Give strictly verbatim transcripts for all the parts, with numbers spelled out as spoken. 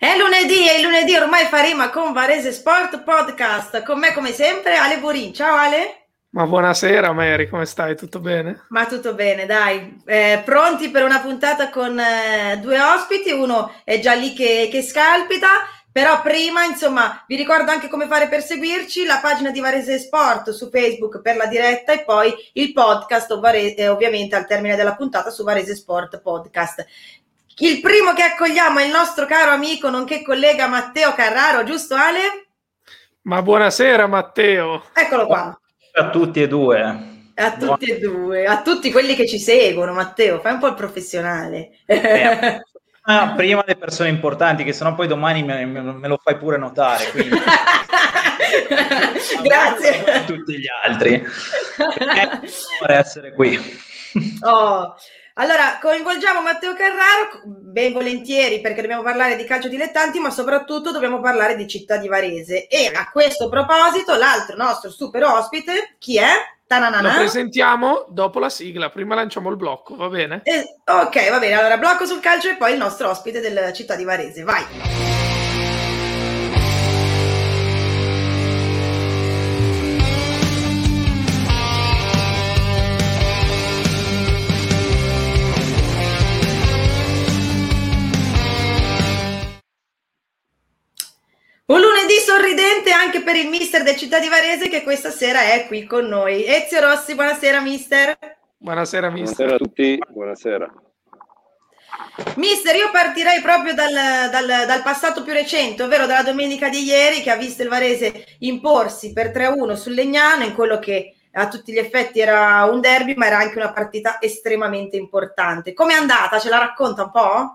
È lunedì, è lunedì, ormai fa rima con Varese Sport Podcast. Con me, come sempre, Ale Burin. Ciao Ale. Ma buonasera Mary, come stai? Tutto bene? Ma tutto bene, dai. Eh, pronti per una puntata con eh, due ospiti? Uno è già lì che, che scalpita, però prima, insomma, vi ricordo anche come fare per seguirci, la pagina di Varese Sport su Facebook per la diretta e poi il podcast, ovvare- eh, ovviamente al termine della puntata su Varese Sport Podcast. Il primo che accogliamo è il nostro caro amico, nonché collega Matteo Carraro, giusto Ale? Ma buonasera Matteo! Eccolo qua. A tutti e due. A tutti e due, a tutti quelli che ci seguono, Matteo, fai un po' il professionale. Eh, ah, prima le persone importanti, che sennò poi domani me, me lo fai pure notare. Quindi. Grazie a tutti gli altri. Per essere qui. Oh. Allora, coinvolgiamo Matteo Carraro, ben volentieri, perché dobbiamo parlare di calcio dilettanti, ma soprattutto dobbiamo parlare di Città di Varese. E a questo proposito, l'altro nostro super ospite, chi è? Ta-na-na-na. Lo presentiamo dopo la sigla, prima lanciamo il blocco, va bene? Eh, ok, va bene, allora blocco sul calcio e poi il nostro ospite della Città di Varese, vai! Un lunedì sorridente anche per il mister del Città di Varese che questa sera è qui con noi. Ezio Rossi, buonasera mister. Buonasera mister. Buonasera a tutti, buonasera. Mister, io partirei proprio dal, dal, dal passato più recente, ovvero dalla domenica di ieri che ha visto il Varese imporsi per tre a uno sul Legnano in quello che a tutti gli effetti era un derby, ma era anche una partita estremamente importante. Com'è andata? Ce la racconta un po'?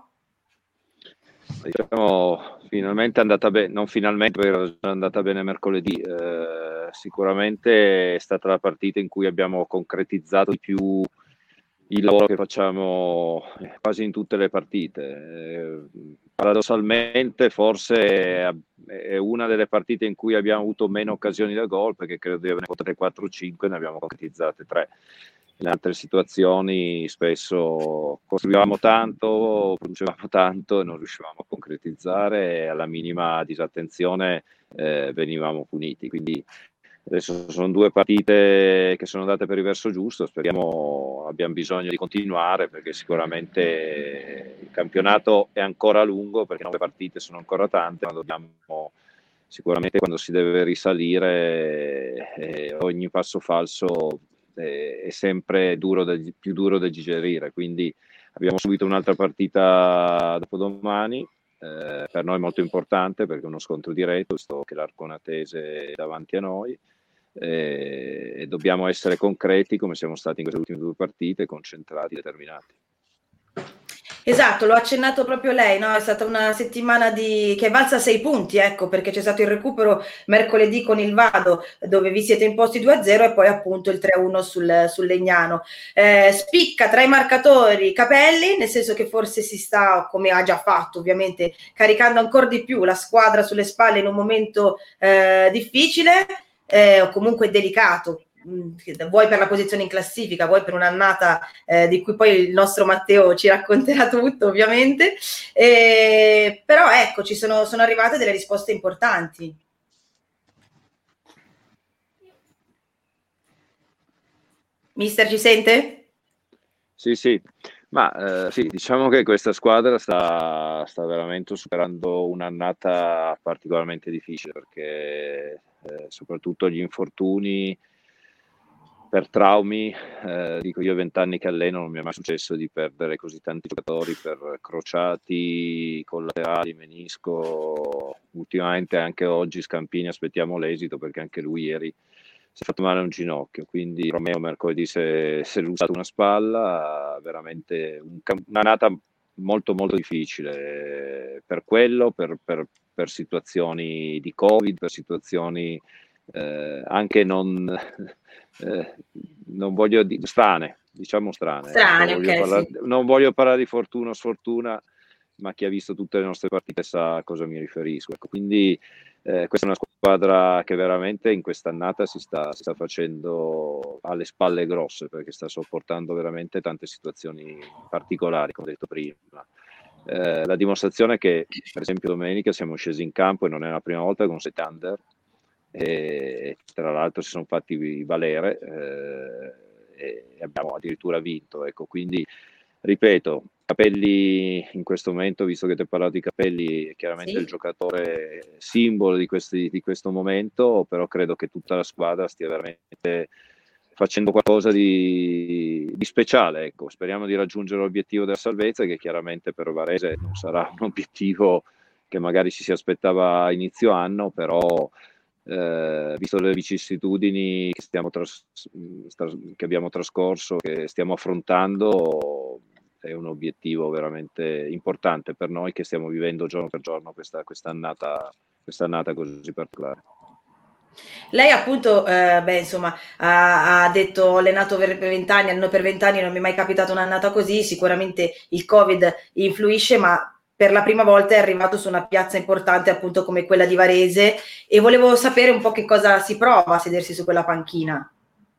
Diciamo, finalmente è andata bene, non finalmente perché è andata bene mercoledì, eh, sicuramente è stata la partita in cui abbiamo concretizzato di più il lavoro che facciamo quasi in tutte le partite. Eh, paradossalmente forse è, è una delle partite in cui abbiamo avuto meno occasioni da gol, perché credo di averne tre quattro cinque, ne abbiamo concretizzate tre. In altre situazioni spesso costruivamo tanto, producevamo tanto e non riuscivamo a concretizzare, e alla minima disattenzione eh, venivamo puniti. Quindi adesso sono due partite che sono andate per il verso giusto, speriamo, abbiamo bisogno di continuare perché sicuramente il campionato è ancora lungo, perché nove partite sono ancora tante, ma dobbiamo sicuramente, quando si deve risalire, eh, ogni passo falso è sempre duro da, più duro da digerire. Quindi abbiamo subito un'altra partita dopodomani, eh, per noi molto importante perché è uno scontro diretto, visto che l'Arconatese è davanti a noi, eh, e dobbiamo essere concreti come siamo stati in queste ultime due partite, concentrati, determinati. Esatto, l'ho accennato proprio lei, no? È stata una settimana di... che è valsa a sei punti, ecco, perché c'è stato il recupero mercoledì con il Vado, dove vi siete imposti due a zero e poi appunto il tre a uno sul, sul Legnano. Eh, spicca tra i marcatori Capelli, nel senso che forse si sta, come ha già fatto ovviamente, caricando ancora di più la squadra sulle spalle in un momento eh, difficile eh, o comunque delicato. Vuoi per la posizione in classifica, vuoi per un'annata eh, di cui poi il nostro Matteo ci racconterà tutto ovviamente, eh, però ecco ci sono, sono arrivate delle risposte importanti. Mister, ci sente? Sì, sì, ma eh, sì, diciamo che questa squadra sta, sta veramente superando un'annata particolarmente difficile, perché eh, soprattutto gli infortuni per traumi, eh, dico io vent'anni che alleno, non mi è mai successo di perdere così tanti giocatori per crociati, collaterali, menisco. Ultimamente anche oggi Scampini aspettiamo l'esito, perché anche lui ieri si è fatto male a un ginocchio, quindi Romeo mercoledì si è, si è lussato una spalla, veramente un, un'annata molto molto difficile per quello, per, per, per situazioni di Covid, per situazioni eh, anche non, eh, non voglio dire strane, diciamo strane. Strane, non, voglio okay, parlare, sì. non voglio parlare di fortuna o sfortuna, ma chi ha visto tutte le nostre partite sa a cosa mi riferisco. Ecco, quindi eh, questa è una squadra che veramente in quest'annata si sta, si sta facendo alle spalle grosse, perché sta sopportando veramente tante situazioni particolari, come ho detto prima. Eh, la dimostrazione è che, per esempio, domenica siamo scesi in campo e non è la prima volta con sette under, e tra l'altro si sono fatti valere eh, e abbiamo addirittura vinto. Ecco, quindi ripeto, Capelli in questo momento, visto che ti ho parlato di Capelli, è chiaramente Sì. il giocatore simbolo di, questi, di questo momento, però credo che tutta la squadra stia veramente facendo qualcosa di, di speciale. Ecco. Speriamo di raggiungere l'obiettivo della salvezza, che chiaramente per Varese non sarà un obiettivo che magari ci si aspettava a inizio anno, però eh, visto le vicissitudini che, stiamo tras- che abbiamo trascorso, che stiamo affrontando, è un obiettivo veramente importante per noi, che stiamo vivendo giorno per giorno questa quest'annata, quest'annata così particolare. Lei appunto, eh, beh, insomma, ha, ha detto ho allenato per vent'anni, alleno per vent'anni, non mi è mai capitata un'annata così, sicuramente il Covid influisce, ma per la prima volta è arrivato su una piazza importante appunto come quella di Varese, e volevo sapere un po' che cosa si prova a sedersi su quella panchina.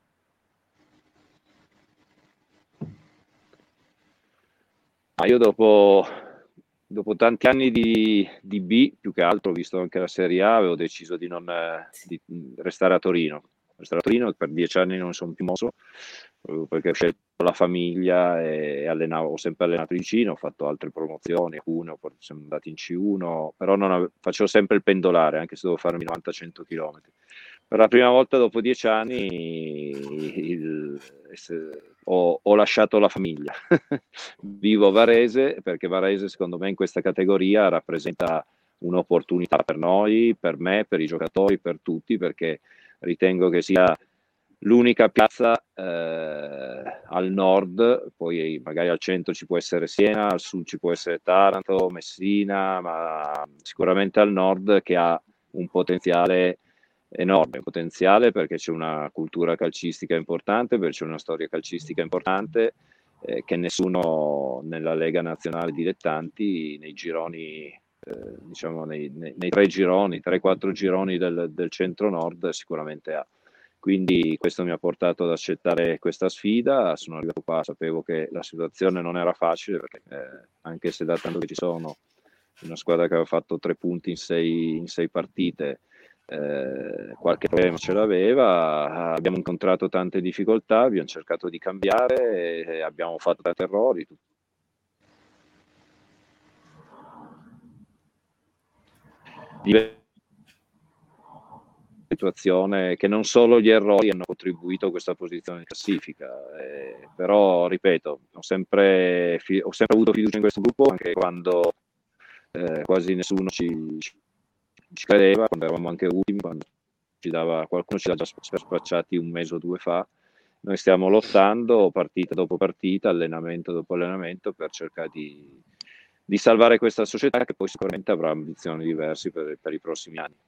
Ma io dopo, dopo tanti anni di, di B, più che altro, visto anche la Serie A, avevo deciso di non di restare a Torino. Restare a Torino, per dieci anni non sono più mosso, perché ho scelto la famiglia e allenavo, ho sempre allenato vicino, ho fatto altre promozioni, alcune, poi siamo andati in C uno, però non ave- facevo sempre il pendolare, anche se dovevo farmi novanta cento chilometri. Per la prima volta dopo dieci anni il, ho, ho lasciato la famiglia. Vivo a Varese, perché Varese secondo me in questa categoria rappresenta un'opportunità per noi, per me, per i giocatori, per tutti, perché ritengo che sia l'unica piazza eh, al nord, poi magari al centro ci può essere Siena, al sud ci può essere Taranto, Messina, ma sicuramente al nord che ha un potenziale enorme, un potenziale perché c'è una cultura calcistica importante, perché c'è una storia calcistica importante eh, che nessuno nella Lega Nazionale Dilettanti, nei gironi, eh, diciamo nei, nei, nei tre gironi, tre quattro gironi del, del centro-nord sicuramente ha. Quindi questo mi ha portato ad accettare questa sfida. Sono arrivato qua, sapevo che la situazione non era facile, perché eh, anche se da tanto che ci sono una squadra che aveva fatto tre punti in sei, in sei partite, eh, qualche problema ce l'aveva, abbiamo incontrato tante difficoltà, abbiamo cercato di cambiare e abbiamo fatto tanti errori. Situazione che non solo gli errori hanno contribuito a questa posizione in classifica, eh, però ripeto, ho sempre, fi- ho sempre avuto fiducia in questo gruppo, anche quando eh, quasi nessuno ci, ci credeva, quando eravamo anche ultimi, quando ci dava, qualcuno ci l'ha già spacciati un mese o due fa. Noi stiamo lottando partita dopo partita, allenamento dopo allenamento, per cercare di, di salvare questa società, che poi sicuramente avrà ambizioni diverse per, per i prossimi anni.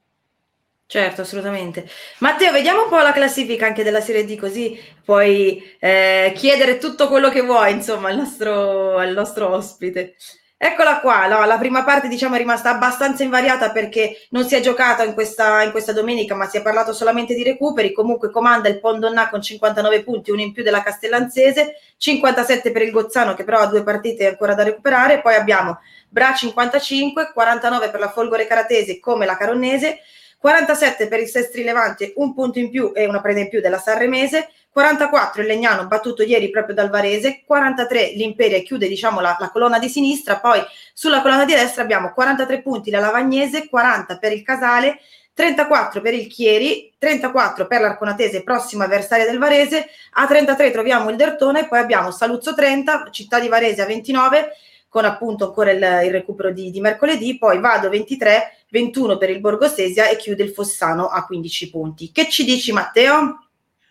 Certo, assolutamente. Matteo, vediamo un po' la classifica anche della Serie D, così puoi eh, chiedere tutto quello che vuoi, insomma, al nostro, al nostro ospite. Eccola qua, no, la prima parte diciamo è rimasta abbastanza invariata perché non si è giocato in questa, in questa domenica, ma si è parlato solamente di recuperi. Comunque comanda il Pondonnà con cinquantanove punti, uno in più della Castellanzese, cinquantasette per il Gozzano che però ha due partite ancora da recuperare. Poi abbiamo Bra cinquantacinque, quarantanove per la Folgore Caratese come la Caronnese, quarantasette per il Sestri Levante, un punto in più e una preda in più della Sanremese, quarantaquattro il Legnano battuto ieri proprio dal Varese, quarantatré l'Imperia e chiude diciamo la, la colonna di sinistra. Poi sulla colonna di destra abbiamo quarantatré punti la Lavagnese, quaranta per il Casale, trentaquattro per il Chieri, trentaquattro per l'Arconatese, prossima avversaria del Varese, a trentatré troviamo il Dertone, poi abbiamo Saluzzo trenta, Città di Varese a ventinove, con appunto ancora il, il recupero di, di mercoledì, poi Vado ventitré, ventuno per il Borgosesia e chiude il Fossano a quindici punti. Che ci dici Matteo?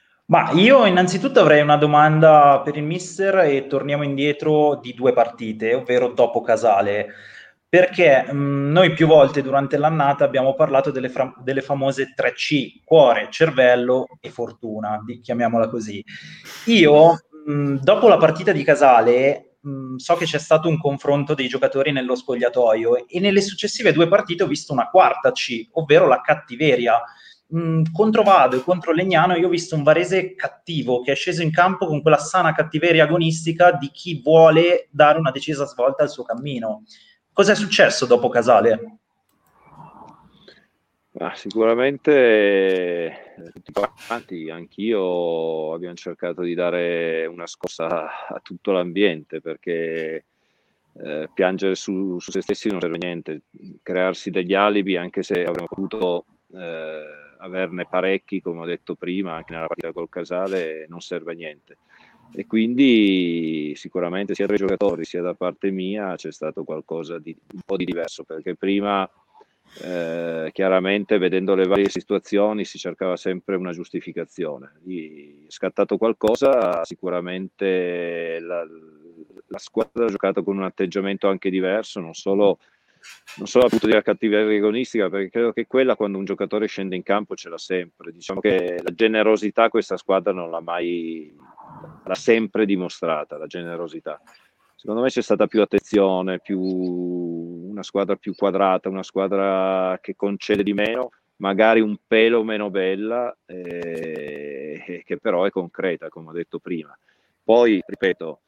Ma io innanzitutto avrei una domanda per il mister e torniamo indietro di due partite, ovvero dopo Casale, perché mh, noi più volte durante l'annata abbiamo parlato delle, fra- delle famose tre C, cuore, cervello e fortuna, di- chiamiamola così. Io mh, dopo la partita di Casale mh, so che c'è stato un confronto dei giocatori nello spogliatoio e nelle successive due partite ho visto una quarta C, ovvero la cattiveria. mh, contro Vado e contro Legnano io ho visto un Varese cattivo, che è sceso in campo con quella sana cattiveria agonistica di chi vuole dare una decisa svolta al suo cammino. Cos'è successo dopo Casale? Ah, sicuramente eh, tutti quanti, anch'io, abbiamo cercato di dare una scossa a tutto l'ambiente, perché eh, piangere su, su se stessi non serve a niente, crearsi degli alibi, anche se avremmo potuto eh, averne parecchi, come ho detto prima, anche nella partita col Casale, non serve a niente. E quindi sicuramente sia tra i giocatori sia da parte mia c'è stato qualcosa di un po' di diverso, perché prima eh, chiaramente vedendo le varie situazioni si cercava sempre una giustificazione. Lì è scattato qualcosa, sicuramente la, la squadra ha giocato con un atteggiamento anche diverso, non solo non solo dal punto di vista cattiveria agonistica, perché credo che quella, quando un giocatore scende in campo, ce l'ha sempre. Diciamo che la generosità questa squadra non l'ha mai, l'ha sempre dimostrata, la generosità. Secondo me c'è stata più attenzione, più una squadra più quadrata, una squadra che concede di meno, magari un pelo meno bella, eh, che però è concreta, come ho detto prima. Poi, ripeto,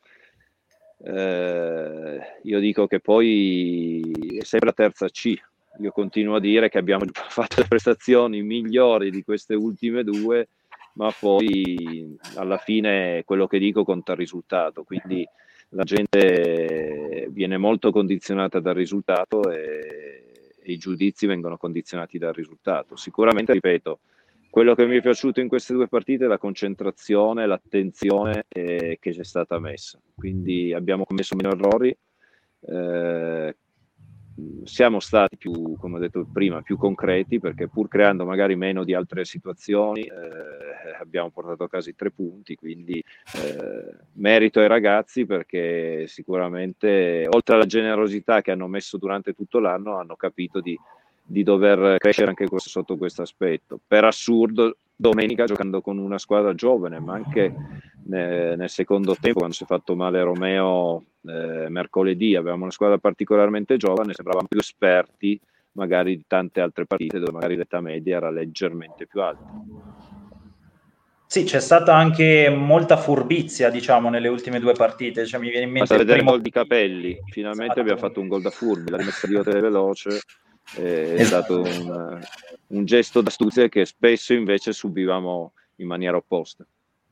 eh, io dico che poi è sempre la terza C. Io continuo a dire che abbiamo fatto le prestazioni migliori di queste ultime due, ma poi alla fine quello che dico conta il risultato, quindi la gente viene molto condizionata dal risultato e, e i giudizi vengono condizionati dal risultato. Sicuramente, ripeto, quello che mi è piaciuto in queste due partite è la concentrazione, l'attenzione eh, che c'è stata messa. Quindi abbiamo commesso meno errori, eh, siamo stati più, come ho detto prima, più concreti, perché pur creando magari meno di altre situazioni eh, abbiamo portato a casa i tre punti, quindi eh, merito ai ragazzi, perché sicuramente oltre alla generosità che hanno messo durante tutto l'anno hanno capito di di dover crescere anche questo, sotto questo aspetto. Per assurdo, domenica, giocando con una squadra giovane, ma anche nel, nel secondo tempo, quando si è fatto male Romeo eh, mercoledì, avevamo una squadra particolarmente giovane, sembravamo più esperti magari di tante altre partite dove magari l'età media era leggermente più alta. Sì, c'è stata anche molta furbizia, diciamo, nelle ultime due partite. Cioè, mi viene in mente Basta il vedere il primo gol di Capelli, finalmente esatto. abbiamo fatto un gol da furbi, la rimessa di Ote veloce, è esatto. stato un, un gesto d'astuzia che spesso invece subivamo in maniera opposta.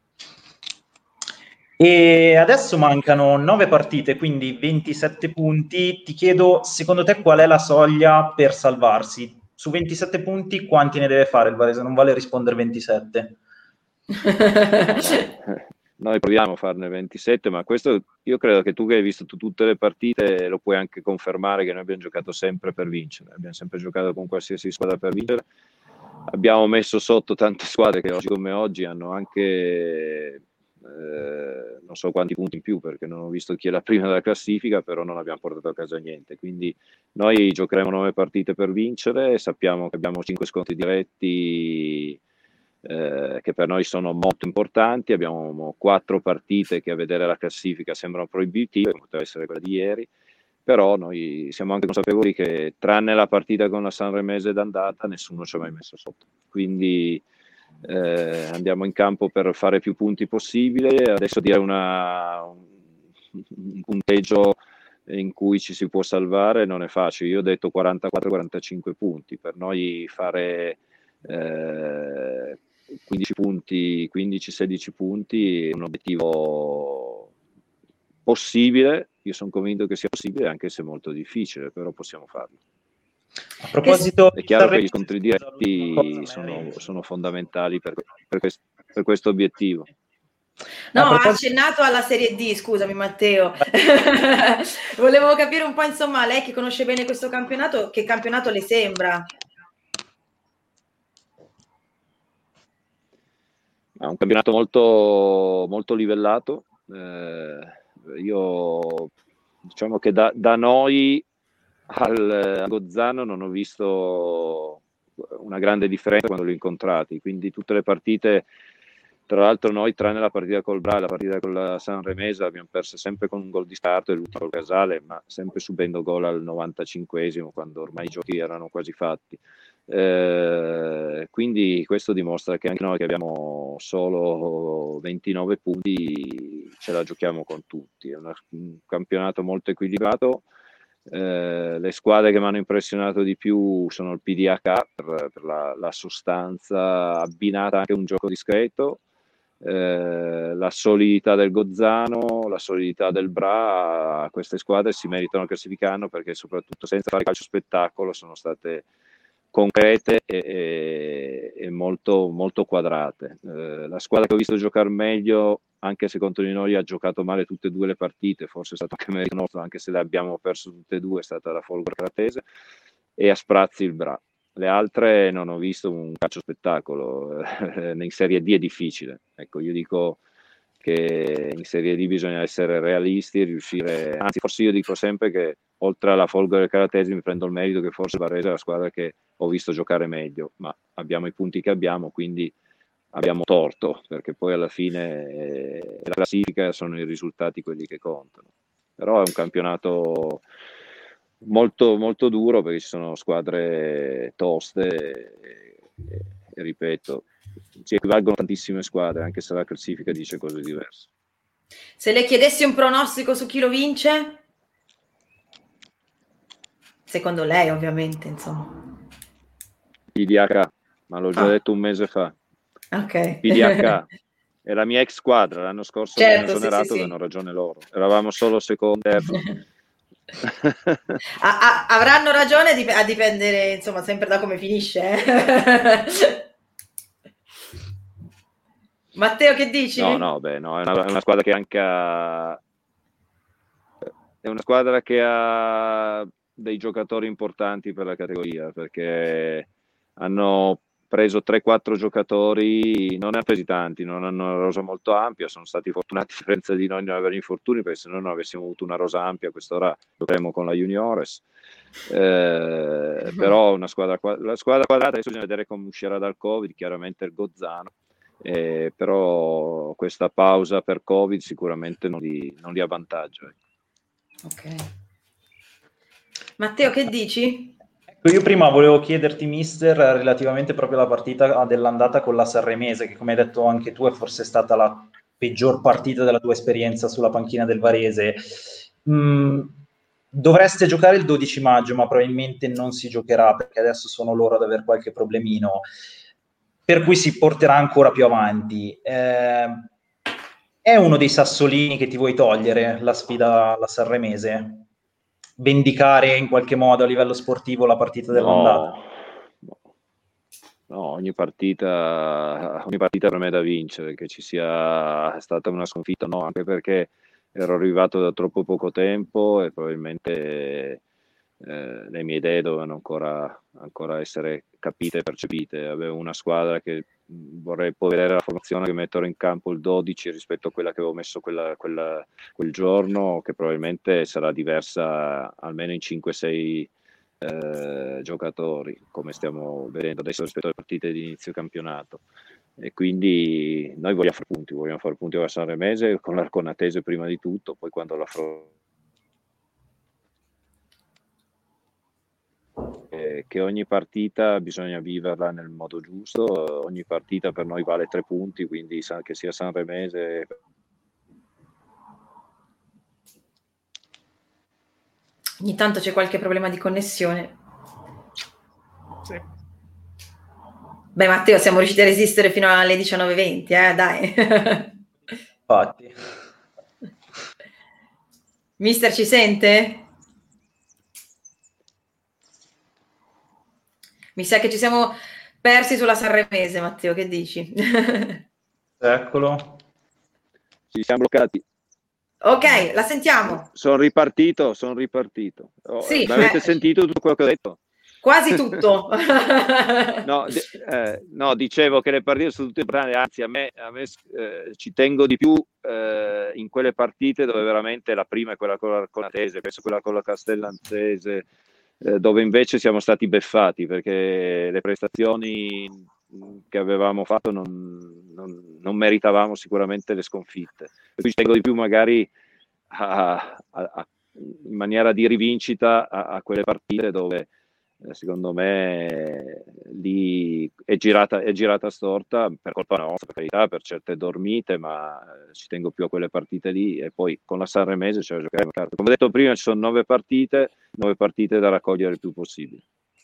E adesso mancano nove partite, quindi ventisette punti. Ti chiedo, secondo te, qual è la soglia per salvarsi? Su ventisette punti, quanti ne deve fare il Varese? Non vale rispondere ventisette. Noi proviamo a farne ventisette, ma questo io credo che tu, che hai visto tu, tutte le partite, lo puoi anche confermare, che noi abbiamo giocato sempre per vincere, abbiamo sempre giocato con qualsiasi squadra per vincere. Abbiamo messo sotto tante squadre che oggi come oggi hanno anche eh, non so quanti punti in più, perché non ho visto chi è la prima della classifica, però non abbiamo portato a casa niente. Quindi noi giocheremo nove partite per vincere, sappiamo che abbiamo cinque scontri diretti Eh, che per noi sono molto importanti. Abbiamo quattro partite che a vedere la classifica sembrano proibitive, come poteva essere quella di ieri, però noi siamo anche consapevoli che tranne la partita con la Sanremese d'andata nessuno ci ha mai messo sotto, quindi eh, andiamo in campo per fare più punti possibile. Adesso dire una, un punteggio in cui ci si può salvare non è facile. Io ho detto quarantaquattro quarantacinque punti, per noi fare eh, quindici punti, quindici sedici punti è un obiettivo possibile. Io sono convinto che sia possibile, anche se molto difficile, però possiamo farlo. A proposito, è chiaro che gli scontri diretti sono, sono fondamentali per, per, questo, per questo obiettivo. No, ha accennato alla Serie D, scusami Matteo. Volevo capire un po', insomma, lei che conosce bene questo campionato, che campionato le sembra? È un campionato molto, molto livellato. Eh, io diciamo che da, da noi al, a Gozzano non ho visto una grande differenza quando li ho incontrati, quindi tutte le partite, tra l'altro noi tranne la partita col Bra, la partita con la Sanremesa abbiamo perso sempre con un gol di scarto e l'ultimo col Casale, ma sempre subendo gol al novantacinquesimo, quando ormai i giochi erano quasi fatti. Eh, quindi questo dimostra che anche noi che abbiamo solo ventinove punti ce la giochiamo con tutti. È una, un campionato molto equilibrato. Eh, le squadre che mi hanno impressionato di più sono il P D H per, per la, la sostanza abbinata anche a un gioco discreto, eh, la solidità del Gozzano, la solidità del Bra. Queste squadre si meritano il classificano perché soprattutto senza fare calcio spettacolo sono state concrete e, e, e molto, molto quadrate. Eh, la squadra che ho visto giocare meglio, anche se contro di noi ha giocato male tutte e due le partite, forse è stato anche merito nostro, anche se le abbiamo perso tutte e due, è stata la Folgore Caratese e a sprazzi il Bra. Le altre non ho visto un calcio spettacolo. In Serie D è difficile. Ecco, io dico che in Serie D bisogna essere realisti e riuscire, anzi forse io dico sempre che oltre alla Folgore Caratese mi prendo il merito che forse Varese è la squadra che ho visto giocare meglio, ma abbiamo i punti che abbiamo, quindi abbiamo torto, perché poi alla fine eh, la classifica sono i risultati quelli che contano. Però è un campionato molto, molto duro perché ci sono squadre toste e, e, e ripeto, ci equivalgono tantissime squadre, anche se la classifica dice cose diverse. Se le chiedessi un pronostico su chi lo vince? Secondo lei, ovviamente, insomma. P D H, ma l'ho già ah. detto un mese fa. Ok. P D H è la mia ex squadra, l'anno scorso certo, mi hanno esonerato, sì, sì, sì. hanno ragione loro. Eravamo solo secondo, terzo. a, a, avranno ragione dip- a dipendere, insomma, sempre da come finisce. Eh? Matteo, che dici? No, no, beh, no, è una, è una squadra che anche ha... è una squadra che ha dei giocatori importanti per la categoria, perché hanno preso tre quattro giocatori, non ne hanno presi tanti, non hanno una rosa molto ampia, sono stati fortunati a differenza di noi non avere infortuni, perché se no non avessimo avuto una rosa ampia a quest'ora giocheremo con la Juniores. Eh, però una squadra, la squadra quadrata, adesso bisogna vedere come uscirà dal Covid, chiaramente il Gozzano, eh, però questa pausa per Covid sicuramente non li, non li avvantaggia. Ok. Matteo, che dici? Io prima volevo chiederti, mister, relativamente proprio alla partita dell'andata con la Sanremese, che come hai detto anche tu è forse stata la peggior partita della tua esperienza sulla panchina del Varese. Mm, dovreste giocare il dodici maggio, ma probabilmente non si giocherà perché adesso sono loro ad avere qualche problemino, per cui si porterà ancora più avanti. Eh, è uno dei sassolini che ti vuoi togliere, la sfida alla Sanremese? Vendicare in qualche modo a livello sportivo la partita dell'andata? No, no, ogni partita ogni partita per me è da vincere, che ci sia stata una sconfitta no, anche perché ero arrivato da troppo poco tempo e probabilmente eh, le mie idee dovevano ancora, ancora essere capite e percepite. Avevo una squadra che vorrei poi vedere la formazione che metterò in campo il dodici rispetto a quella che avevo messo quella, quella, quel giorno, che probabilmente sarà diversa almeno in cinque sei eh, giocatori, come stiamo vedendo adesso rispetto alle partite di inizio campionato. E quindi noi vogliamo fare punti, vogliamo fare punti con la Sanremese, con l'Arconatese prima di tutto, poi quando la Eh, che ogni partita bisogna viverla nel modo giusto, ogni partita per noi vale tre punti, quindi che sia Sanremese. Ogni tanto c'è qualche problema di connessione. Sì. Beh, Matteo, siamo riusciti a resistere fino alle diciannove e venti, eh, dai. Infatti. Mister, ci sente? Mi sa che ci siamo persi sulla Sanremese, Matteo, che dici? Eccolo. Ci siamo bloccati. Ok, la sentiamo. Sono ripartito, sono ripartito. Oh, sì, avete eh, sentito tutto quello che ho detto? Quasi tutto. no, eh, no, dicevo che le partite sono tutte brane, anzi a me, a me eh, ci tengo di più eh, in quelle partite dove veramente la prima è quella con l'Arconatese, penso quella con la Castellanzese, eh, dove invece siamo stati beffati perché le prestazioni che avevamo fatto non, non, non meritavamo sicuramente le sconfitte. E quindi ci tengo di più magari a, a, a, in maniera di rivincita a, a quelle partite dove secondo me lì è girata, è girata storta per colpa nostra, per carità, per certe dormite, ma ci tengo più a quelle partite lì, e poi con la Sanremese ce la giocheremo. Come ho detto prima, ci sono nove partite, nove partite da raccogliere il più possibile.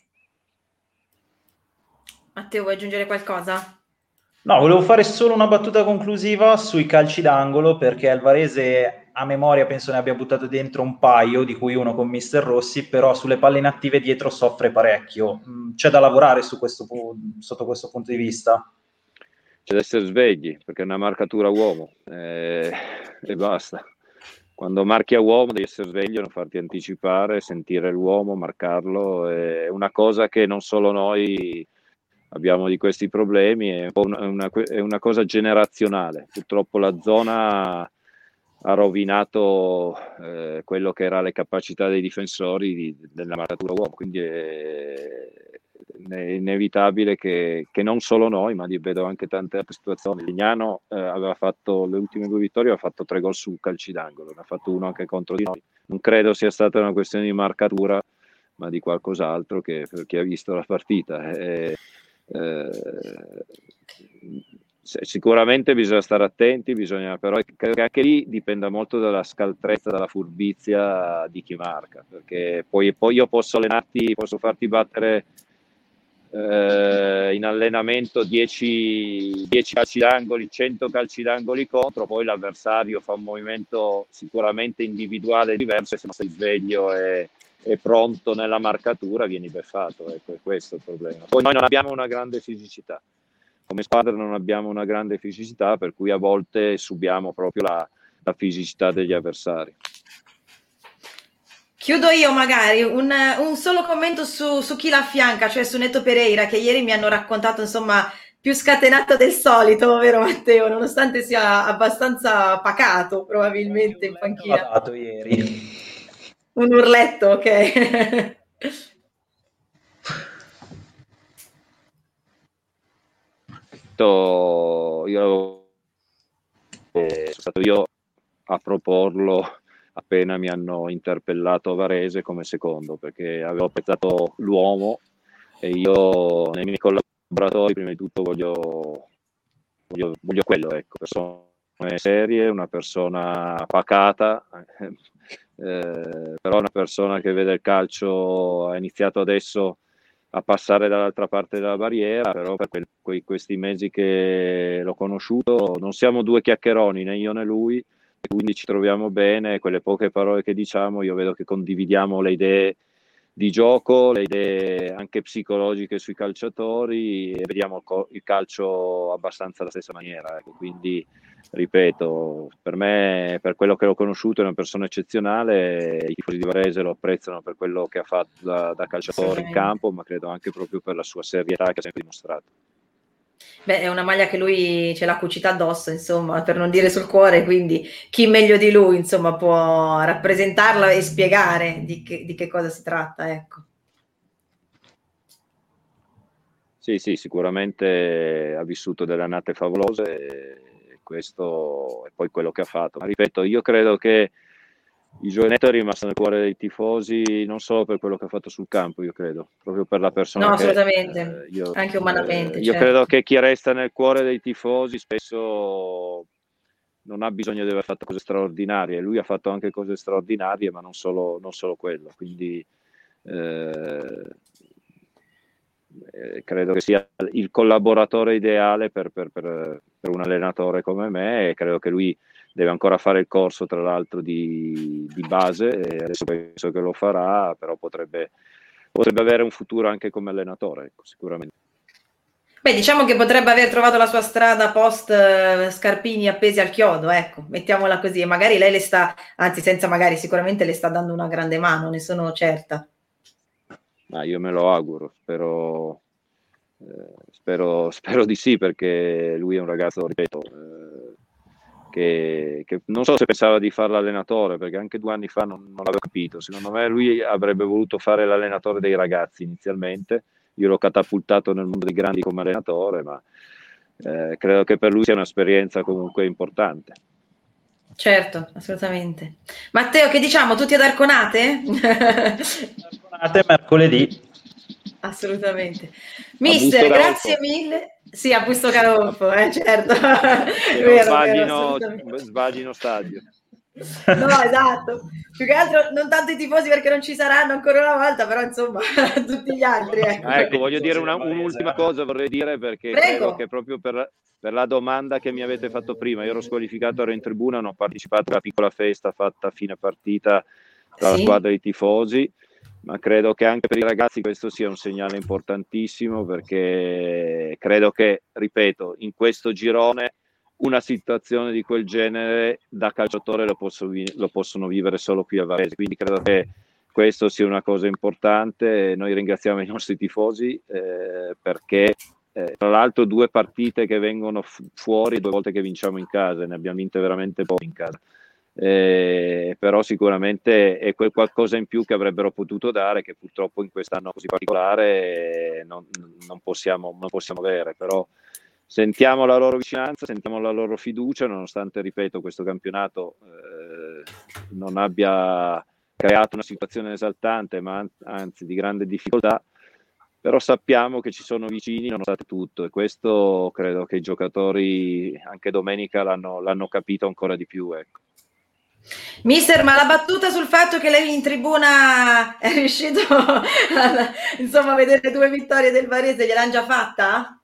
Matteo, vuoi aggiungere qualcosa? No, volevo fare solo una battuta conclusiva sui calci d'angolo, perché Alvarese a memoria penso ne abbia buttato dentro un paio, di cui uno con mister Rossi, però sulle palle inattive dietro soffre parecchio. C'è da lavorare su questo, sotto questo punto di vista? C'è da essere svegli, perché è una marcatura uomo, eh, e basta. Quando marchi a uomo devi essere sveglio, non farti anticipare, sentire l'uomo, marcarlo. È una cosa che non solo noi abbiamo di questi problemi, è un po' una, una, è una cosa generazionale. Purtroppo la zona ha rovinato eh, quello che era le capacità dei difensori di, della marcatura uomo, quindi è, è inevitabile che, che non solo noi, ma vedo anche tante altre situazioni. Lignano eh, aveva fatto le ultime due vittorie, aveva fatto tre gol su calci d'angolo, ne ha fatto uno anche contro di noi. Non credo sia stata una questione di marcatura, ma di qualcos'altro, che per chi ha visto la partita. Eh, eh, sicuramente bisogna stare attenti, bisogna, però credo che anche lì dipenda molto dalla scaltrezza, dalla furbizia di chi marca, perché poi, poi io posso allenarti, posso farti battere eh, in allenamento dieci calci d'angoli, cento calci d'angoli contro, poi l'avversario fa un movimento sicuramente individuale diverso, e se non sei sveglio e, e pronto nella marcatura vieni beffato. Ecco, è questo il problema. Poi noi non abbiamo una grande fisicità, come squadra non abbiamo una grande fisicità, per cui a volte subiamo proprio la, la fisicità degli avversari. Chiudo io magari un, un solo commento su, su chi la affianca, cioè su Neto Pereira, che ieri mi hanno raccontato, insomma, più scatenato del solito, vero Matteo? Nonostante sia abbastanza pacato probabilmente in panchina. Dato ieri. Un urletto, ok. Io eh, sono stato io a proporlo appena mi hanno interpellato a Varese come secondo, perché avevo apprezzato l'uomo, e io nei miei collaboratori prima di tutto voglio, voglio, voglio quello, ecco, persone serie, una persona pacata, eh, però una persona che vede il calcio, ha iniziato adesso a passare dall'altra parte della barriera, però per quel, quei, questi mesi che l'ho conosciuto non siamo due chiacchieroni, né io né lui, e quindi ci troviamo bene. Quelle poche parole che diciamo, io vedo che condividiamo le idee di gioco, le idee anche psicologiche sui calciatori, e vediamo il calcio abbastanza alla stessa maniera, ecco. Quindi ripeto, per me, per quello che l'ho conosciuto, è una persona eccezionale. I tifosi di Varese lo apprezzano per quello che ha fatto da, da calciatore in campo, ma credo anche proprio per la sua serietà che ha sempre dimostrato. Beh, è una maglia che lui ce l'ha cucita addosso, insomma, per non dire sul cuore, quindi chi meglio di lui, insomma, può rappresentarla e spiegare di che, di che cosa si tratta, ecco. Sì, sì, sicuramente ha vissuto delle annate favolose, e questo è poi quello che ha fatto. Ma ripeto, io credo che il giovanetto è rimasto nel cuore dei tifosi non solo per quello che ha fatto sul campo, io credo, proprio per la persona no, che assolutamente, eh, io, anche umanamente. Eh, io certo. credo che chi resta nel cuore dei tifosi spesso non ha bisogno di aver fatto cose straordinarie. Lui ha fatto anche cose straordinarie, ma non solo, non solo quello. Quindi eh, eh, credo che sia il collaboratore ideale per, per, per, per un allenatore come me, e credo che lui deve ancora fare il corso, tra l'altro, di, di base, e adesso penso che lo farà, però potrebbe, potrebbe avere un futuro anche come allenatore, ecco, sicuramente. Beh, diciamo che potrebbe aver trovato la sua strada post uh, scarpini appesi al chiodo, ecco, mettiamola così, e magari lei le sta, anzi senza magari, sicuramente le sta dando una grande mano, ne sono certa. Ma io me lo auguro, spero, eh, spero, spero di sì, perché lui è un ragazzo, ripeto, eh, Che, che non so se pensava di fare l'allenatore, perché anche due anni fa non, non l'avevo capito. Secondo me lui avrebbe voluto fare l'allenatore dei ragazzi inizialmente. Io l'ho catapultato nel mondo dei grandi come allenatore, ma eh, credo che per lui sia un'esperienza comunque importante. Certo, assolutamente. Matteo, che diciamo, tutti ad Arconate? Arconate mercoledì. Assolutamente. Mister, grazie mille. Sì, a Busto Caronfo, eh, certo. Vero, sbaglino, vero, sbaglino stadio. No, esatto. Più che altro non tanto i tifosi perché non ci saranno ancora una volta, però insomma tutti gli altri. Ecco, ecco voglio dire una, un'ultima cosa, vorrei dire perché Prego. Credo che proprio per, per la domanda che mi avete fatto prima, io ero squalificato, ero in tribuna, non ho partecipato alla piccola festa fatta a fine partita tra sì. la squadra e i tifosi, ma credo che anche per i ragazzi questo sia un segnale importantissimo, perché credo che, ripeto, in questo girone una situazione di quel genere da calciatore lo, posso vi- lo possono vivere solo qui a Varese, quindi credo che questo sia una cosa importante. Noi ringraziamo i nostri tifosi eh, perché eh, tra l'altro due partite che vengono fu- fuori, due volte che vinciamo in casa, ne abbiamo vinte veramente poche in casa. Eh, però sicuramente è quel qualcosa in più che avrebbero potuto dare, che purtroppo in quest'anno così particolare non, non, possiamo, non possiamo avere, però sentiamo la loro vicinanza, sentiamo la loro fiducia, nonostante, ripeto, questo campionato eh, non abbia creato una situazione esaltante, ma anzi di grande difficoltà, però sappiamo che ci sono vicini nonostante tutto, e questo credo che i giocatori anche domenica l'hanno, l'hanno capito ancora di più, ecco. Mister, ma la battuta sul fatto che lei in tribuna è riuscito a, insomma, a vedere due vittorie del Varese, gliel'hanno già fatta?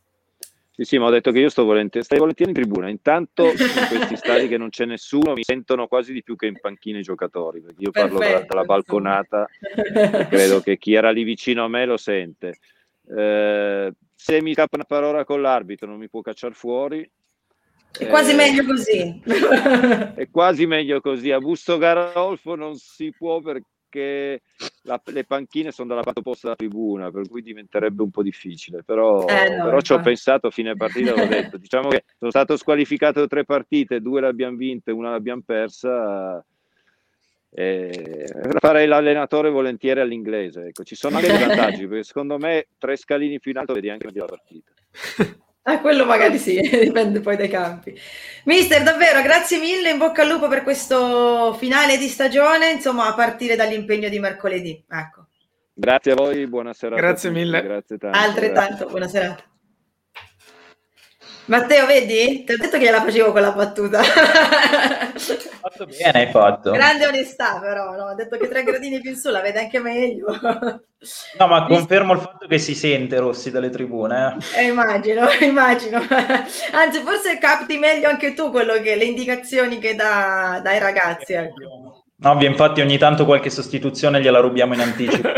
Sì, sì, ma ho detto che io sto volentieri, stai volentieri in tribuna. Intanto in questi stadi che non c'è nessuno mi sentono quasi di più che in panchina i giocatori, perché io parlo Perfetto, dalla, dalla balconata e credo che chi era lì vicino a me lo sente. Eh, se mi scappa una parola con l'arbitro non mi può cacciare fuori. È quasi eh, meglio così. È quasi meglio così. A Busto Garolfo non si può perché la, le panchine sono dalla parte opposta della tribuna, per cui diventerebbe un po' difficile. Però, eh no, però ci ho pensato a fine partita, l'ho detto. Diciamo che sono stato squalificato tre partite, due le abbiamo vinte, una l'abbiamo persa. Eh, farei l'allenatore volentieri all'inglese. Ecco. Ci sono anche dei vantaggi, perché secondo me tre scalini più in alto vedi anche meglio la partita. Ah, quello magari sì, dipende poi dai campi. Mister, davvero, grazie mille, in bocca al lupo per questo finale di stagione, insomma, a partire dall'impegno di mercoledì. Ecco. Grazie a voi, buona serata. Grazie mille. Grazie tanto. Altrettanto, grazie. Buona serata. Matteo, vedi? Ti ho detto che gliela facevo con la battuta. Fatto bene, hai fatto. Grande onestà, però, no? Ho detto che tre gradini più in su la vede anche meglio. No, ma confermo il fatto che si sente Rossi dalle tribune. Eh, immagino, immagino. Anzi, forse capti meglio anche tu quello che le indicazioni che dà dai ragazzi. Ecco. Ovvio, infatti ogni tanto qualche sostituzione gliela rubiamo in anticipo.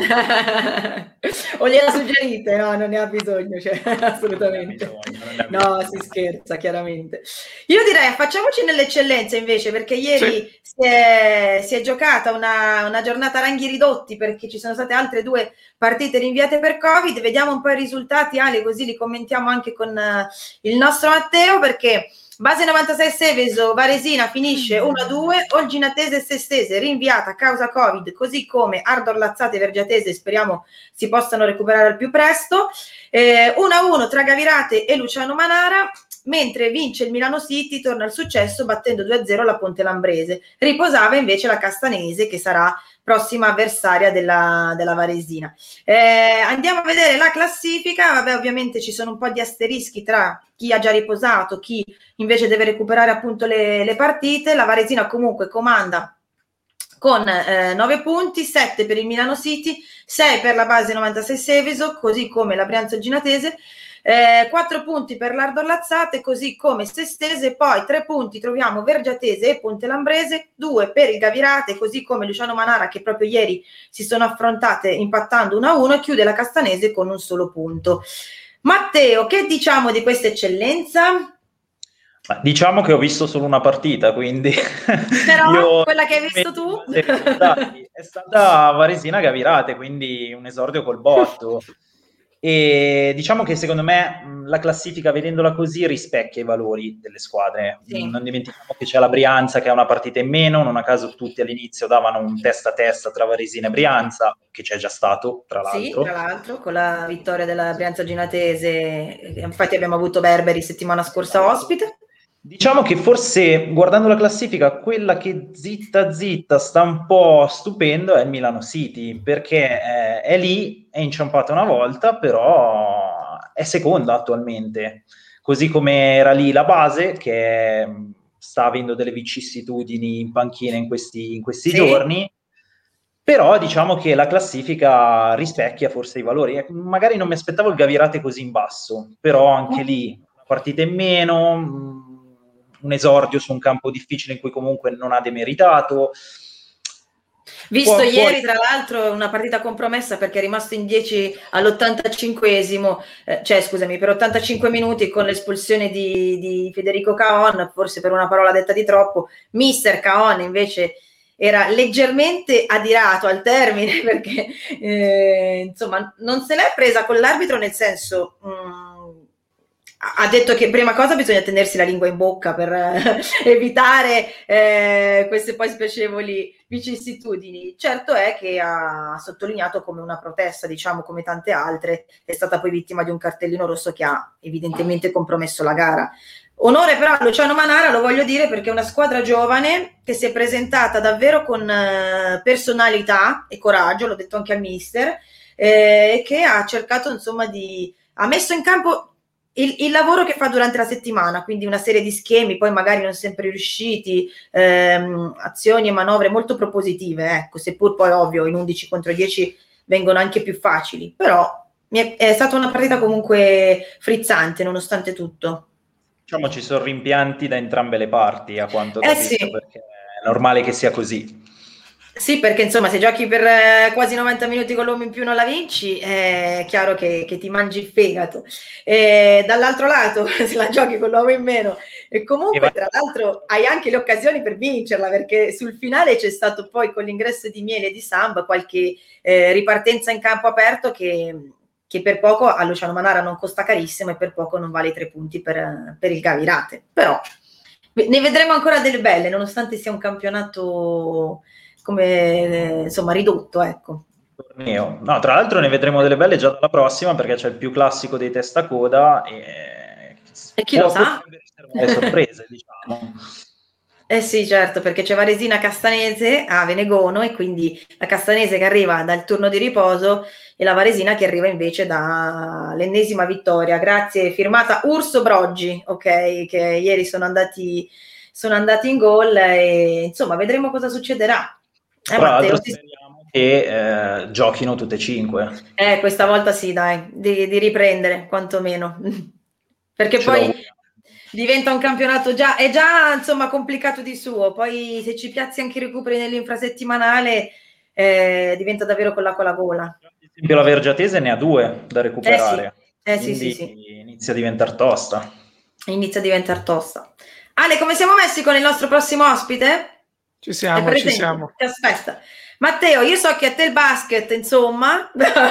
O gliela suggerite? No, non ne ha bisogno, cioè, assolutamente. Non bisogno, non no, si scherza, chiaramente. Io direi, facciamoci nell'eccellenza invece, perché ieri sì. si, è, si è giocata una, una giornata a ranghi ridotti, perché ci sono state altre due partite rinviate per Covid. Vediamo un po' i risultati, Ale, così li commentiamo anche con uh, il nostro Matteo, perché Base novantasei Seveso Varesina finisce uno a due, Olginatese Sestese rinviata a causa Covid, così come Ardor Lazzate e Vergiatese, speriamo si possano recuperare al più presto. Eh, uno a uno tra Gavirate e Luciano Manara, mentre vince il Milano City, torna al successo battendo due a zero la Ponte Lambrese. Riposava invece la Castanese, che sarà prossima avversaria della, della Varesina. Eh, andiamo a vedere la classifica. Vabbè, ovviamente ci sono un po' di asterischi tra chi ha già riposato, chi invece deve recuperare appunto le, le partite. La Varesina comunque comanda con eh, nove punti, sette per il Milano City, sei per la Base novantasei Seveso, così come la Brianza Olginatese, eh, quattro punti per l'Ardor Lazzate, così come Sestese, poi tre punti troviamo Vergiatese e Ponte Lambrese, due per il Gavirate, così come Luciano Manara, che proprio ieri si sono affrontate impattando uno a uno, e chiude la Castanese con un solo punto. Matteo, che diciamo di questa eccellenza? Ma diciamo che ho visto solo una partita, quindi però io, quella che hai visto tu è stata Varesina Gavirate, quindi un esordio col botto. E diciamo che secondo me la classifica, vedendola così, rispecchia i valori delle squadre. Sì. Non dimentichiamo che c'è la Brianza che ha una partita in meno, non a caso tutti all'inizio davano un testa a testa tra Varesina e Brianza, che c'è già stato tra l'altro. Sì, tra l'altro con la vittoria della Brianza Olginatese, infatti abbiamo avuto Berberi settimana scorsa ospite. Diciamo che forse, guardando la classifica, quella che zitta zitta sta un po' stupendo è il Milano City, perché eh, è lì, è inciampata una volta, però è seconda attualmente, così come era lì la base, che mh, sta avendo delle vicissitudini in panchina in questi, in questi Sì? giorni, però diciamo che la classifica rispecchia forse i valori. Eh, Magari non mi aspettavo il Gavirate così in basso, però anche lì una partita in meno, mh, un esordio su un campo difficile in cui comunque non ha demeritato. Visto Può- ieri, può- tra l'altro, una partita compromessa perché è rimasto in dieci all'ottantacinquesimo, eh, cioè scusami, per ottantacinque minuti con l'espulsione di, di Federico Caon, forse per una parola detta di troppo. Mister Caon invece era leggermente adirato al termine perché eh, insomma non se l'è presa con l'arbitro, nel senso mh, ha detto che prima cosa bisogna tenersi la lingua in bocca per eh, evitare eh, queste poi spiacevoli vicissitudini. Certo è che ha sottolineato come una protesta, diciamo come tante altre, è stata poi vittima di un cartellino rosso che ha evidentemente compromesso la gara. Onore però a Luciano Manara, lo voglio dire, perché è una squadra giovane che si è presentata davvero con eh, personalità e coraggio, l'ho detto anche al mister, e eh, che ha cercato insomma di... ha messo in campo il, il lavoro che fa durante la settimana, quindi una serie di schemi, poi magari non sempre riusciti, ehm, azioni e manovre molto propositive, ecco, seppur poi ovvio in undici contro dieci vengono anche più facili, però è, è stata una partita comunque frizzante nonostante tutto. Diciamo ci sono rimpianti da entrambe le parti, a quanto ho Eh capito, sì. perché è normale che sia così. Sì, perché insomma se giochi per eh, quasi novanta minuti con l'uomo in più non la vinci, è chiaro che, che ti mangi il fegato. E dall'altro lato, se la giochi con l'uomo in meno, e comunque tra l'altro hai anche le occasioni per vincerla, perché sul finale c'è stato poi con l'ingresso di Miele e di Samba qualche eh, ripartenza in campo aperto che, che per poco a Luciano Manara non costa carissimo e per poco non vale i tre punti per, per il Gavirate. Però ne vedremo ancora delle belle, nonostante sia un campionato come eh, insomma ridotto, ecco. Torneo. No, tra l'altro ne vedremo delle belle già dalla prossima, perché c'è il più classico dei testacoda e, e chi lo sa? Le sorprese, diciamo. Eh sì, certo, perché c'è Varesina Castanese a Venegono e quindi la Castanese che arriva dal turno di riposo e la Varesina che arriva invece dall'ennesima vittoria, grazie, firmata Urso Broggi, ok, che ieri sono andati, sono andati in gol e insomma vedremo cosa succederà. Eh, Tra Matteo, l'altro ti... speriamo che eh, giochino tutte e cinque. Eh, questa volta sì, dai, di, di riprendere quantomeno, perché Ce poi lo diventa un campionato già, è già insomma complicato di suo, poi se ci piazzi anche i recuperi nell'infrasettimanale eh, diventa davvero con l'acqua alla gola. Ad esempio la Vergiatese ne ha due da recuperare, eh sì, eh quindi sì, sì, sì. inizia a diventare tosta. Inizia a diventare tosta. Ale, come siamo messi con il nostro prossimo ospite? Ci siamo, ci siamo. Ti aspetta. Matteo, io so che a te il basket, insomma,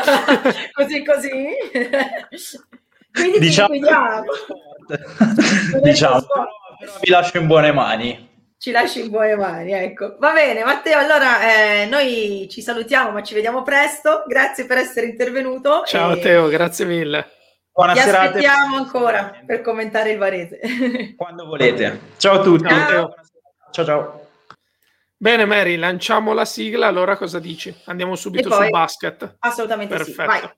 così così, quindi diciamo, ti guidiamo. diciamo però, però vi lascio in buone mani. Ci lasci in buone mani, ecco. Va bene, Matteo, allora eh, noi ci salutiamo, ma ci vediamo presto. Grazie per essere intervenuto. Ciao e Teo, grazie mille. Buona ti serata. Aspettiamo ancora per commentare il Varese. Quando volete. Ciao a tutti. Ciao, Teo. Ciao ciao. Bene Mary, lanciamo la sigla, allora cosa dici? Andiamo subito poi, sul basket. Assolutamente Perfetto. Sì, vai.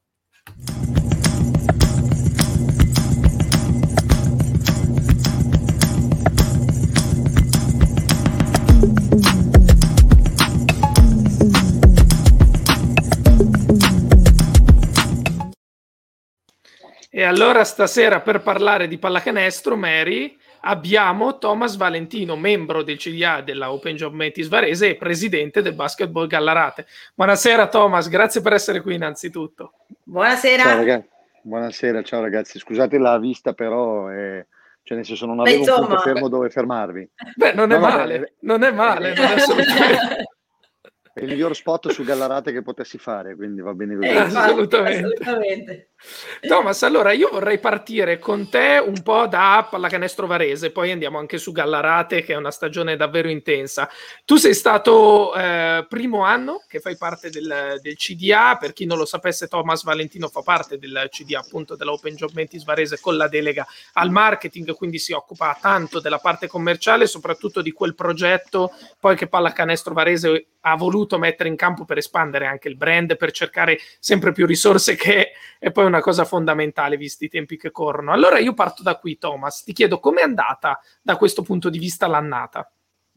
E allora stasera per parlare di pallacanestro, Mary, abbiamo Thomas Valentino, membro del C D A della Open Job Metis Varese e presidente del Basketball Gallarate. Buonasera Thomas, grazie per essere qui innanzitutto. Buonasera. Ciao ragazzi, buonasera, ciao ragazzi. Scusate la vista però, eh, cioè nel senso non avevo Beh, insomma, un punto fermo dove fermarvi. Beh, non è no, male, no, non è male, non è assolutamente. È il miglior spot su Gallarate che potessi fare, quindi va bene così. Eh, assolutamente. assolutamente. Thomas, allora io vorrei partire con te un po' da pallacanestro Varese, poi andiamo anche su Gallarate, che è una stagione davvero intensa. Tu sei stato eh, primo anno che fai parte del, del C D A. Per chi non lo sapesse, Thomas Valentino fa parte del C D A, appunto, della Open Job Mentis Varese, con la delega al marketing, quindi si occupa tanto della parte commerciale, soprattutto di quel progetto poi che Pallacanestro Varese ha voluto mettere in campo per espandere anche il brand, per cercare sempre più risorse, che è poi una cosa fondamentale visti i tempi che corrono. Allora io parto da qui, Thomas, ti chiedo com'è andata da questo punto di vista l'annata?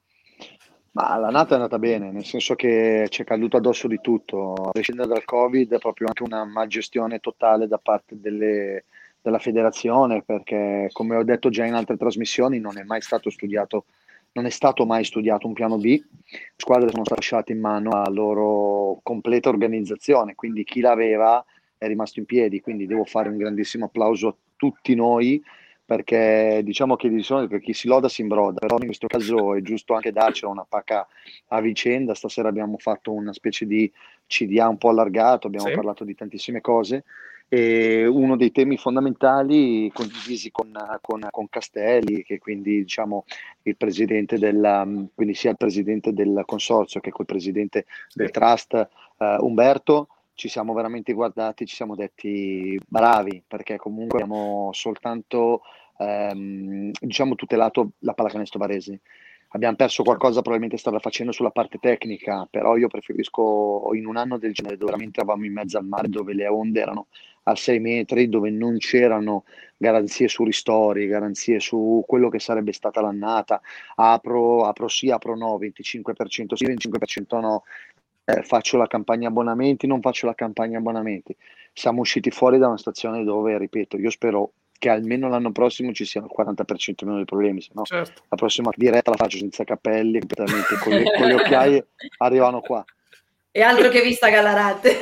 Ma l'annata è andata bene, nel senso che ci è caduto addosso di tutto, a prescindere dal Covid, è proprio anche una malgestione totale da parte delle, della federazione, perché come ho detto già in altre trasmissioni non è mai stato studiato non è stato mai studiato un piano B, le squadre sono state lasciate in mano alla loro completa organizzazione, quindi chi l'aveva è rimasto in piedi, quindi devo fare un grandissimo applauso a tutti noi, perché diciamo che di solito per chi si loda si imbroda, però in questo caso è giusto anche darcela una pacca a vicenda. Stasera abbiamo fatto una specie di C D A un po' allargato, abbiamo sì. parlato di tantissime cose, e uno dei temi fondamentali condivisi con, con, con Castelli, che quindi diciamo il presidente della, quindi sia il presidente del consorzio che col presidente sì. del trust, uh, Umberto, ci siamo veramente guardati, ci siamo detti bravi, perché comunque abbiamo soltanto ehm, diciamo tutelato la pallacanestro Varese. Abbiamo perso qualcosa, probabilmente stava facendo sulla parte tecnica, però io preferisco in un anno del genere, dove veramente eravamo in mezzo al mare, dove le onde erano a sei metri, dove non c'erano garanzie su ristori, garanzie su quello che sarebbe stata l'annata, apro, apro sì, apro no, venticinque per cento sì, venticinque per cento no, eh, faccio la campagna abbonamenti, non faccio la campagna abbonamenti. Siamo usciti fuori da una stazione dove, ripeto, io spero che almeno l'anno prossimo ci sia il quaranta per cento meno di problemi, se no certo. la prossima diretta la faccio senza capelli, completamente con le, con le occhiaie arrivano qua. E altro che vista Gallarate.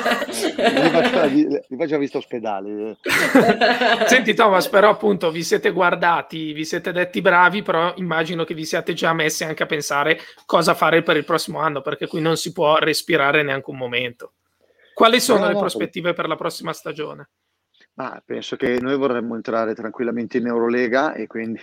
eh, li faccio vista ospedale. Senti Thomas, però appunto vi siete guardati, vi siete detti bravi, però immagino che vi siate già messi anche a pensare cosa fare per il prossimo anno, perché qui non si può respirare neanche un momento. Quali sono no, le no, prospettive no. per la prossima stagione? Ma penso che noi vorremmo entrare tranquillamente in Eurolega e quindi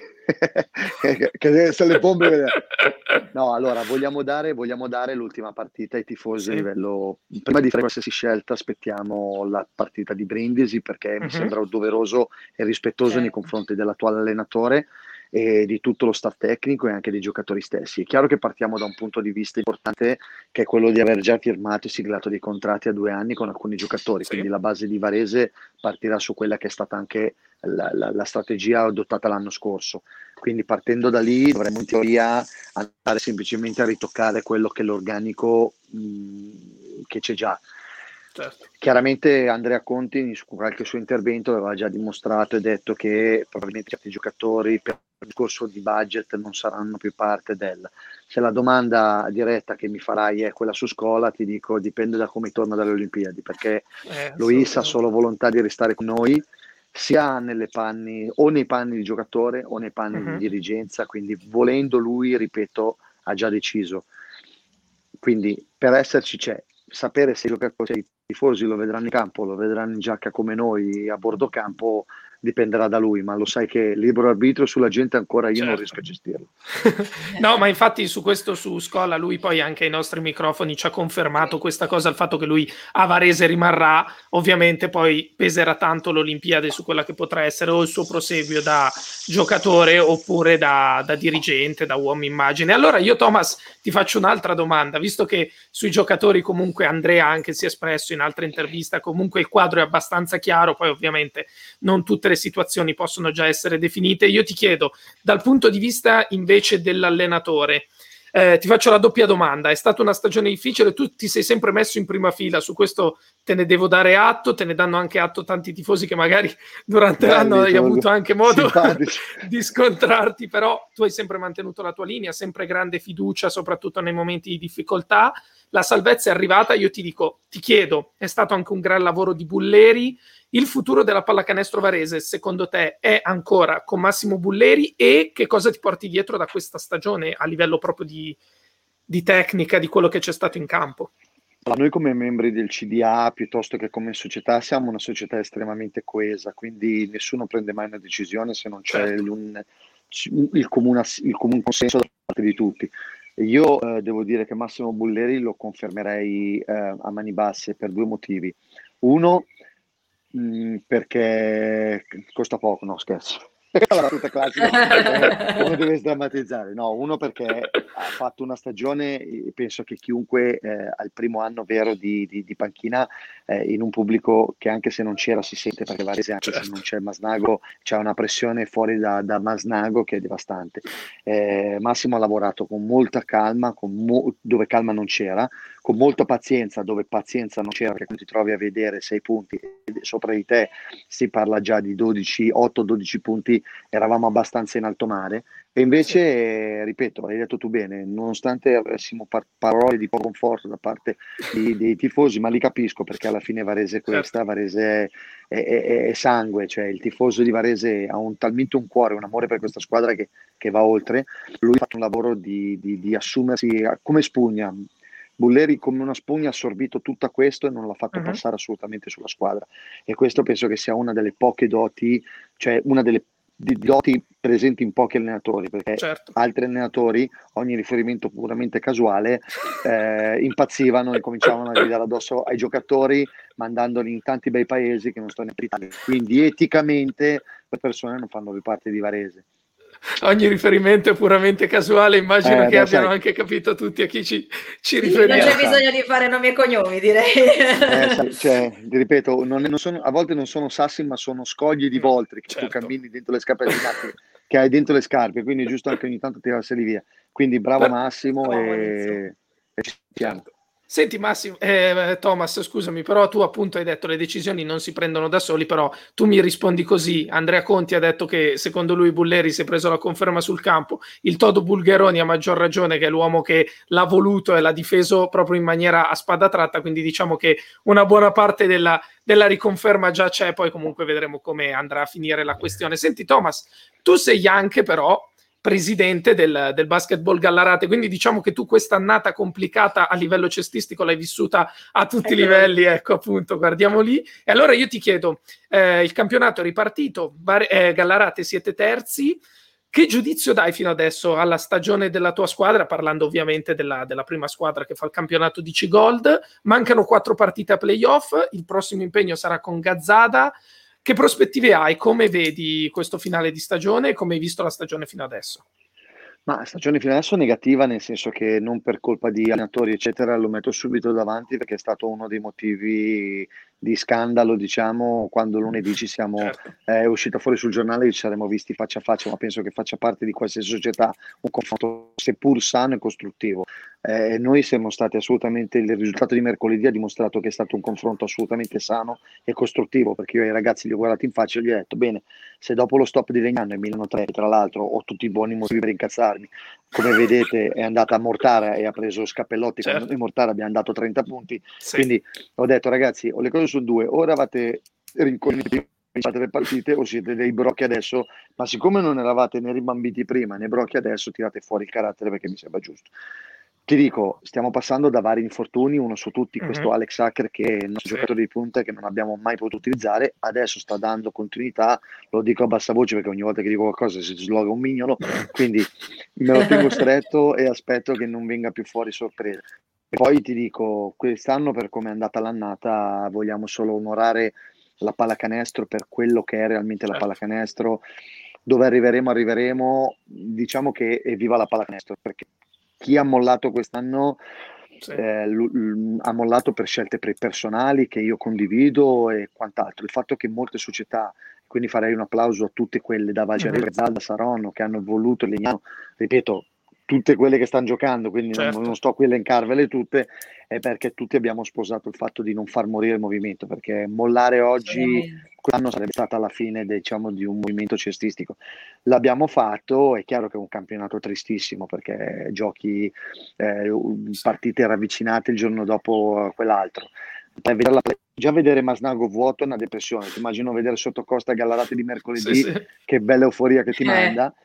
che deve essere le bombe. No, allora vogliamo dare, vogliamo dare l'ultima partita ai tifosi sì. a livello. Prima di fare qualsiasi scelta aspettiamo la partita di Brindisi, perché uh-huh. mi sembra doveroso e rispettoso sì. nei confronti dell'attuale allenatore e di tutto lo staff tecnico e anche dei giocatori stessi. È chiaro che partiamo da un punto di vista importante, che è quello di aver già firmato e siglato dei contratti a due anni con alcuni giocatori, sì. quindi la base di Varese partirà su quella che è stata anche la, la, la strategia adottata l'anno scorso. Quindi partendo da lì dovremmo in teoria andare semplicemente a ritoccare quello che è l'organico mh, che c'è già. Certo. Chiaramente Andrea Conti su qualche suo intervento aveva già dimostrato e detto che probabilmente certi giocatori per il discorso di budget non saranno più parte del. Se la domanda diretta che mi farai è quella su Scola, ti dico dipende da come torna dalle Olimpiadi, perché eh, Luis ha solo volontà di restare con noi, sia nelle panni o nei panni di giocatore o nei panni uh-huh. di dirigenza, quindi volendo lui, ripeto, ha già deciso. Quindi per esserci c'è sapere se i giocatori, se i tifosi lo vedranno in campo, lo vedranno in giacca come noi a bordo campo, dipenderà da lui, ma lo sai che libero arbitrio sulla gente ancora io certo. non riesco a gestirlo. No, ma infatti su questo, su Scola, lui poi anche ai nostri microfoni ci ha confermato questa cosa, il fatto che lui a Varese rimarrà. Ovviamente poi peserà tanto l'Olimpiade su quella che potrà essere o il suo proseguio da giocatore oppure da, da dirigente, da uomo immagine. Allora io Thomas ti faccio un'altra domanda, visto che sui giocatori comunque Andrea anche si è espresso in altre interviste, comunque il quadro è abbastanza chiaro, poi ovviamente non tutte le situazioni possono già essere definite. Io ti chiedo, dal punto di vista invece dell'allenatore, eh, ti faccio la doppia domanda. È stata una stagione difficile, tu ti sei sempre messo in prima fila, su questo te ne devo dare atto, te ne danno anche atto tanti tifosi che magari durante Belli, l'anno hai avuto anche modo di scontrarti, però tu hai sempre mantenuto la tua linea, sempre grande fiducia, soprattutto nei momenti di difficoltà. La salvezza è arrivata, io ti dico, ti chiedo, è stato anche un gran lavoro di Bulleri. Il futuro della pallacanestro Varese, secondo te, è ancora con Massimo Bulleri, e che cosa ti porti dietro da questa stagione a livello proprio di, di tecnica, di quello che c'è stato in campo? Noi come membri del C D A, piuttosto che come società, siamo una società estremamente coesa, quindi nessuno prende mai una decisione se non c'è Certo. un- il comune, il comune consenso da parte di tutti. E io eh, devo dire che Massimo Bulleri lo confermerei eh, a mani basse per due motivi. Uno, mh, perché costa poco, no scherzo. La battuta classica, come, come deve sdrammatizzare? No, uno perché ha fatto una stagione, eh, penso che chiunque eh, al primo anno vero di, di, di panchina eh, in un pubblico che anche se non c'era si sente, perché Varese anche Certo. se non c'è Masnago c'è una pressione fuori da, da Masnago che è devastante. Eh, Massimo ha lavorato con molta calma, con mo- dove calma non c'era, con molta pazienza dove pazienza non c'era, perché quando ti trovi a vedere sei punti sopra di te si parla già di dodici, otto dodici punti, eravamo abbastanza in alto mare. E invece, eh, ripeto, hai detto tu bene, nonostante avessimo par- parole di poco conforto da parte di- dei tifosi, ma li capisco perché alla fine Varese è questa, Certo. Varese è, è- è- è sangue, cioè il tifoso di Varese ha un, talmente un cuore, un amore per questa squadra che, che va oltre. Lui ha fatto un lavoro di, di- di assumersi come spugna. Bulleri come una spugna ha assorbito tutto questo e non l'ha fatto Mhm. passare assolutamente sulla squadra, e questo penso che sia una delle poche doti, cioè una delle di doti presenti in pochi allenatori, perché Certo. altri allenatori, ogni riferimento puramente casuale, eh, impazzivano e cominciavano a gridare addosso ai giocatori, mandandoli in tanti bei paesi che non sto neanche in Italia. Quindi eticamente le persone non fanno più parte di Varese. Ogni riferimento è puramente casuale, immagino Eh, che beh, abbiano sai. anche capito tutti a chi ci, ci Sì, non riferiamo. c'è bisogno di fare nomi e cognomi, direi. Eh, sai, cioè, ti ripeto, non, non sono, a volte non sono sassi, ma sono scogli di No, voltri che tu certo. cammini dentro le scarpe di ginnastiche, che hai dentro le scarpe, quindi è giusto anche ogni tanto tirarseli via. Quindi bravo Per- Massimo Uomo, inizio. e, e ci siamo. Certo. Senti Massimo, eh, Thomas, scusami, però tu appunto hai detto le decisioni non si prendono da soli, però tu mi rispondi così. Andrea Conti ha detto che secondo lui Bulleri si è preso la conferma sul campo, il Toto Bulgheroni a maggior ragione, che è l'uomo che l'ha voluto e l'ha difeso proprio in maniera a spada tratta, quindi diciamo che una buona parte della, della riconferma già c'è, poi comunque vedremo come andrà a finire la questione. Senti Thomas, tu sei anche però presidente del, del Basketball Gallarate, quindi diciamo che tu questa annata complicata a livello cestistico l'hai vissuta a tutti i livelli, ecco appunto, guardiamo lì. E allora io ti chiedo, eh, il campionato è ripartito, Bar- eh, Gallarate siete terzi, che giudizio dai fino adesso alla stagione della tua squadra, parlando ovviamente della, della prima squadra che fa il campionato di C-Gold? Mancano quattro partite a playoff, il prossimo impegno sarà con Gazzada. Che prospettive hai? Come vedi questo finale di stagione e come hai visto la stagione fino adesso? Ma stagione fino adesso negativa, nel senso che non per colpa di allenatori eccetera, lo metto subito davanti perché è stato uno dei motivi di scandalo, diciamo, quando lunedì ci siamo, Certo. è uscito fuori sul giornale che ci saremmo visti faccia a faccia, ma penso che faccia parte di qualsiasi società un confronto seppur sano e costruttivo. Eh, noi siamo stati assolutamente, il risultato di mercoledì ha dimostrato che è stato un confronto assolutamente sano e costruttivo, perché io ai ragazzi li ho guardati in faccia e gli ho detto, bene, se dopo lo stop di Legnano e Milano tre, tra l'altro, ho tutti i buoni motivi per incazzarmi, come vedete è andata a Mortara e ha preso Scappellotti, Certo. quando noi Mortara abbiamo dato trenta punti, Sì. quindi ho detto ragazzi, o le cose sono due, o eravate rincoglioniti fate le partite o siete dei brocchi adesso, ma siccome non eravate né ribambiti prima né brocchi adesso, tirate fuori il carattere perché mi sembra giusto. Ti dico, stiamo passando da vari infortuni, uno su tutti, Mhm. questo Alex Hacker che è il nostro Sì. giocatore di punta che non abbiamo mai potuto utilizzare, adesso sta dando continuità, lo dico a bassa voce perché ogni volta che dico qualcosa si sloga un mignolo, quindi me lo tengo stretto e aspetto che non venga più fuori sorpresa. E poi ti dico, quest'anno per come è andata l'annata vogliamo solo onorare la pallacanestro per quello che è realmente la Certo. pallacanestro, dove arriveremo arriveremo, diciamo che evviva la pallacanestro, perché chi ha mollato quest'anno Sì. eh, l- l- ha mollato per scelte pre- personali che io condivido e quant'altro. Il fatto che molte società, quindi farei un applauso a tutte quelle da Valgeri, Mhm. Zalda, Saronno che hanno voluto Legnano, ripeto, tutte quelle che stanno giocando, quindi non, Certo. non sto qui a elencarvele tutte, è perché tutti abbiamo sposato il fatto di non far morire il movimento, perché mollare oggi quell'anno sarebbe stata la fine, diciamo, di un movimento cestistico. L'abbiamo fatto, è chiaro che è un campionato tristissimo perché giochi eh, partite ravvicinate il giorno dopo quell'altro. Per vederla, già vedere Masnago vuoto è una depressione, ti immagino vedere sotto Costa Gallarate di mercoledì, Sì, sì. che bella euforia che ti Eh. manda.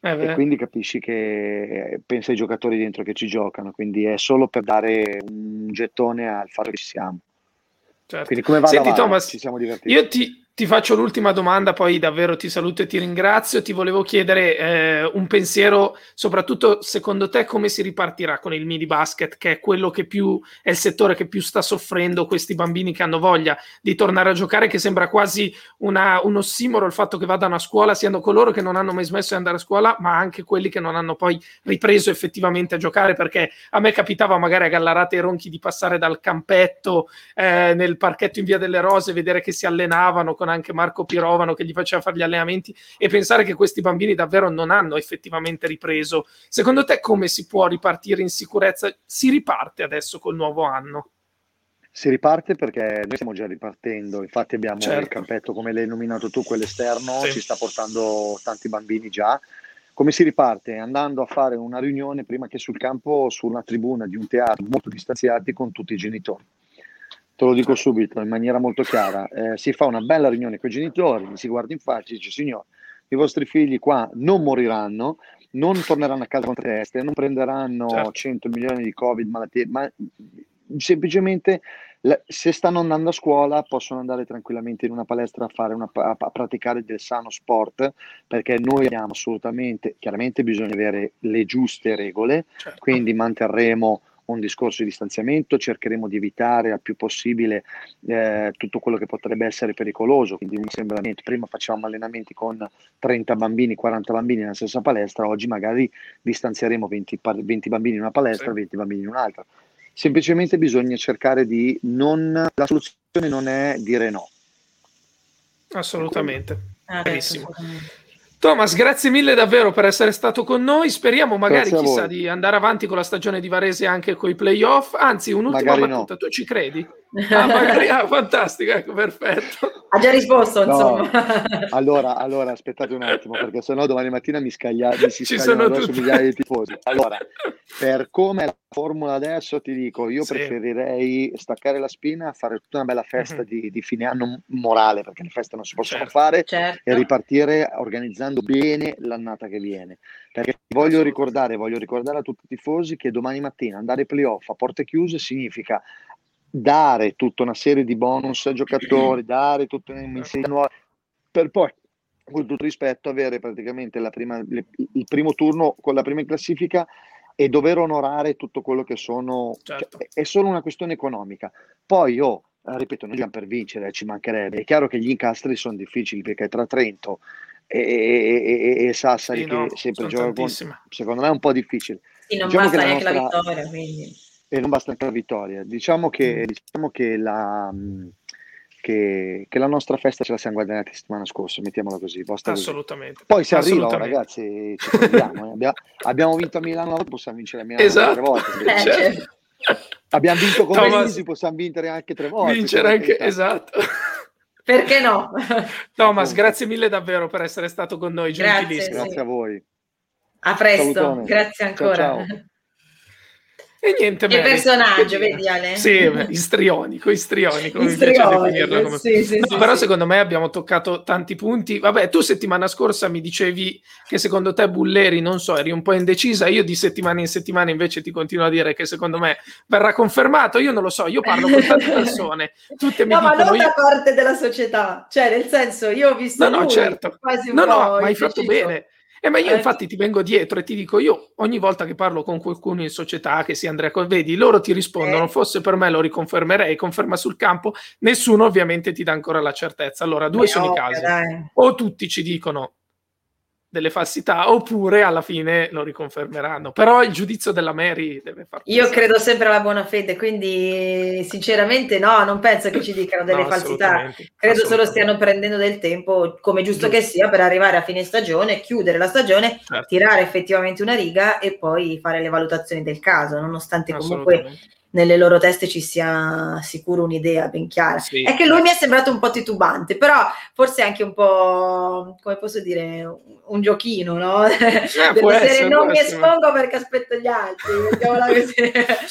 Eh e quindi capisci che pensa ai giocatori dentro che ci giocano, quindi è solo per dare un gettone al fatto che ci siamo. Certo. Quindi come va? Senti, vada, Thomas, ci siamo divertiti. Io ti, ti faccio l'ultima domanda, poi davvero ti saluto e ti ringrazio. Ti volevo chiedere eh, un pensiero, soprattutto secondo te come si ripartirà con il mini basket, che è quello che più è il settore che più sta soffrendo, questi bambini che hanno voglia di tornare a giocare, che sembra quasi una, un ossimoro il fatto che vadano a scuola, siano coloro che non hanno mai smesso di andare a scuola, ma anche quelli che non hanno poi ripreso effettivamente a giocare, perché a me capitava magari a Gallarate e Ronchi di passare dal campetto eh, nel parchetto in Via delle Rose, vedere che si allenavano con anche Marco Pirovano che gli faceva fare gli allenamenti e pensare che questi bambini davvero non hanno effettivamente ripreso. Secondo te come si può ripartire in sicurezza? Si riparte adesso col nuovo anno? Si riparte perché noi stiamo già ripartendo, infatti abbiamo certo. il campetto, come l'hai nominato tu, quell'esterno, sì. ci sta portando tanti bambini già. Come si riparte? Andando a fare una riunione prima che sul campo, su una tribuna di un teatro molto distanziati con tutti i genitori. Te lo dico subito, in maniera molto chiara, eh, si fa una bella riunione con i genitori, si guarda in faccia e dice: signore, i vostri figli qua non moriranno, non torneranno a casa con teste, non prenderanno certo. cento milioni di Covid, malattie, ma semplicemente se stanno andando a scuola possono andare tranquillamente in una palestra a, fare una, a, a praticare del sano sport, perché noi abbiamo assolutamente, chiaramente bisogna avere le giuste regole, certo. quindi manterremo un discorso di distanziamento, cercheremo di evitare al più possibile eh, tutto quello che potrebbe essere pericoloso, quindi un assembramento. Prima facevamo allenamenti con trenta bambini, quaranta bambini nella stessa palestra, oggi magari distanzieremo venti, venti bambini in una palestra, sì. venti bambini in un'altra. Semplicemente bisogna cercare di non... la soluzione non è dire no. Assolutamente. Ah, benissimo. Thomas, grazie mille davvero per essere stato con noi. Speriamo magari, chissà, di andare avanti con la stagione di Varese anche con i playoff. Anzi, un'ultima magari battuta, no. Tu ci credi? Ah, magari, ah, fantastico, ecco, perfetto. Ha già risposto, insomma. No. Allora, allora, aspettate un attimo, perché sennò domani mattina mi, scaglia, mi si ci scagliano sono addosso tutti. migliaia di tifosi. Allora, per come è la formula adesso, ti dico, io sì. preferirei staccare la spina, fare tutta una bella festa mm-hmm. di, di fine anno morale, perché le feste non si possono certo. fare, certo. e ripartire organizzando bene l'annata che viene. Perché voglio ricordare, voglio ricordare a tutti i tifosi che domani mattina andare ai playoff a porte chiuse significa dare tutta una serie di bonus ai giocatori, dare tutta un'insidia nuova, per poi, con tutto rispetto, avere praticamente la prima, le, il primo turno con la prima in classifica e dover onorare tutto quello che sono, certo. cioè, è solo una questione economica. Poi io, eh, ripeto, noi giochiamo per vincere, ci mancherebbe. È chiaro che gli incastri sono difficili, perché tra Trento e, e, e, e Sassari, sì, che no, sempre gioca con, tantissime. secondo me è un po' difficile. Sì, non diciamo basta che la neanche nostra... la vittoria, quindi... E non basta anche la vittoria. Diciamo che, diciamo che, la, che, che la nostra festa ce la siamo guadagnata la settimana scorsa, mettiamola così. Assolutamente. Poi se arriva, oh, Assolutamente. ragazzi, ci proviamo. Eh. Abbiamo, abbiamo vinto a Milano una volta, possiamo vincere a Milano esatto. tre volte. Eh, certo. Abbiamo vinto con Thomas, Brindisi, possiamo vincere anche tre volte. Vincere anche, esatto. Perché no? Thomas, grazie mille davvero per essere stato con noi. Grazie, grazie sì. a voi. A presto, Salutone. Grazie ancora. Ciao, ciao. E niente, che Mary, personaggio, che vedi Ale? Sì, beh, istrionico, istrionico, mi Istrionico, piace definirlo come... sì, sì, no, sì, però sì. secondo me abbiamo toccato tanti punti. Vabbè, tu settimana scorsa mi dicevi che secondo te Bulleri, non so, eri un po' indecisa, io di settimana in settimana invece ti continuo a dire che secondo me verrà confermato. Io non lo so, io parlo con tante persone, tutte mi no, dicono... ma non io... da parte della società, cioè nel senso, io ho visto No, no, lui, certo. quasi un no, po' no, ma hai indeciso. fatto bene. Eh, ma io infatti ti vengo dietro e ti dico, io ogni volta che parlo con qualcuno in società, che sia Andrea, vedi, loro ti rispondono, eh. fosse per me lo riconfermerei, conferma sul campo, nessuno ovviamente ti dà ancora la certezza. Allora, due Beh, sono ovvio, i casi, dai. o tutti ci dicono delle falsità, oppure alla fine lo riconfermeranno. Però il giudizio della Mary deve far Io pensare. credo sempre alla buona fede, quindi sinceramente no, non penso che ci dicano delle No, falsità, assolutamente, credo assolutamente. solo stiano prendendo del tempo, come giusto, Giusto. che sia, per arrivare a fine stagione, chiudere la stagione, Certo. tirare effettivamente una riga e poi fare le valutazioni del caso, nonostante comunque Assolutamente. nelle loro teste ci sia sicuro un'idea ben chiara. Sì. È che lui mi è sembrato un po' titubante, però forse anche un po', come posso dire, un giochino, no? Eh, Delle può serie, essere, non può mi essere. espongo perché aspetto gli altri, mettiamola così.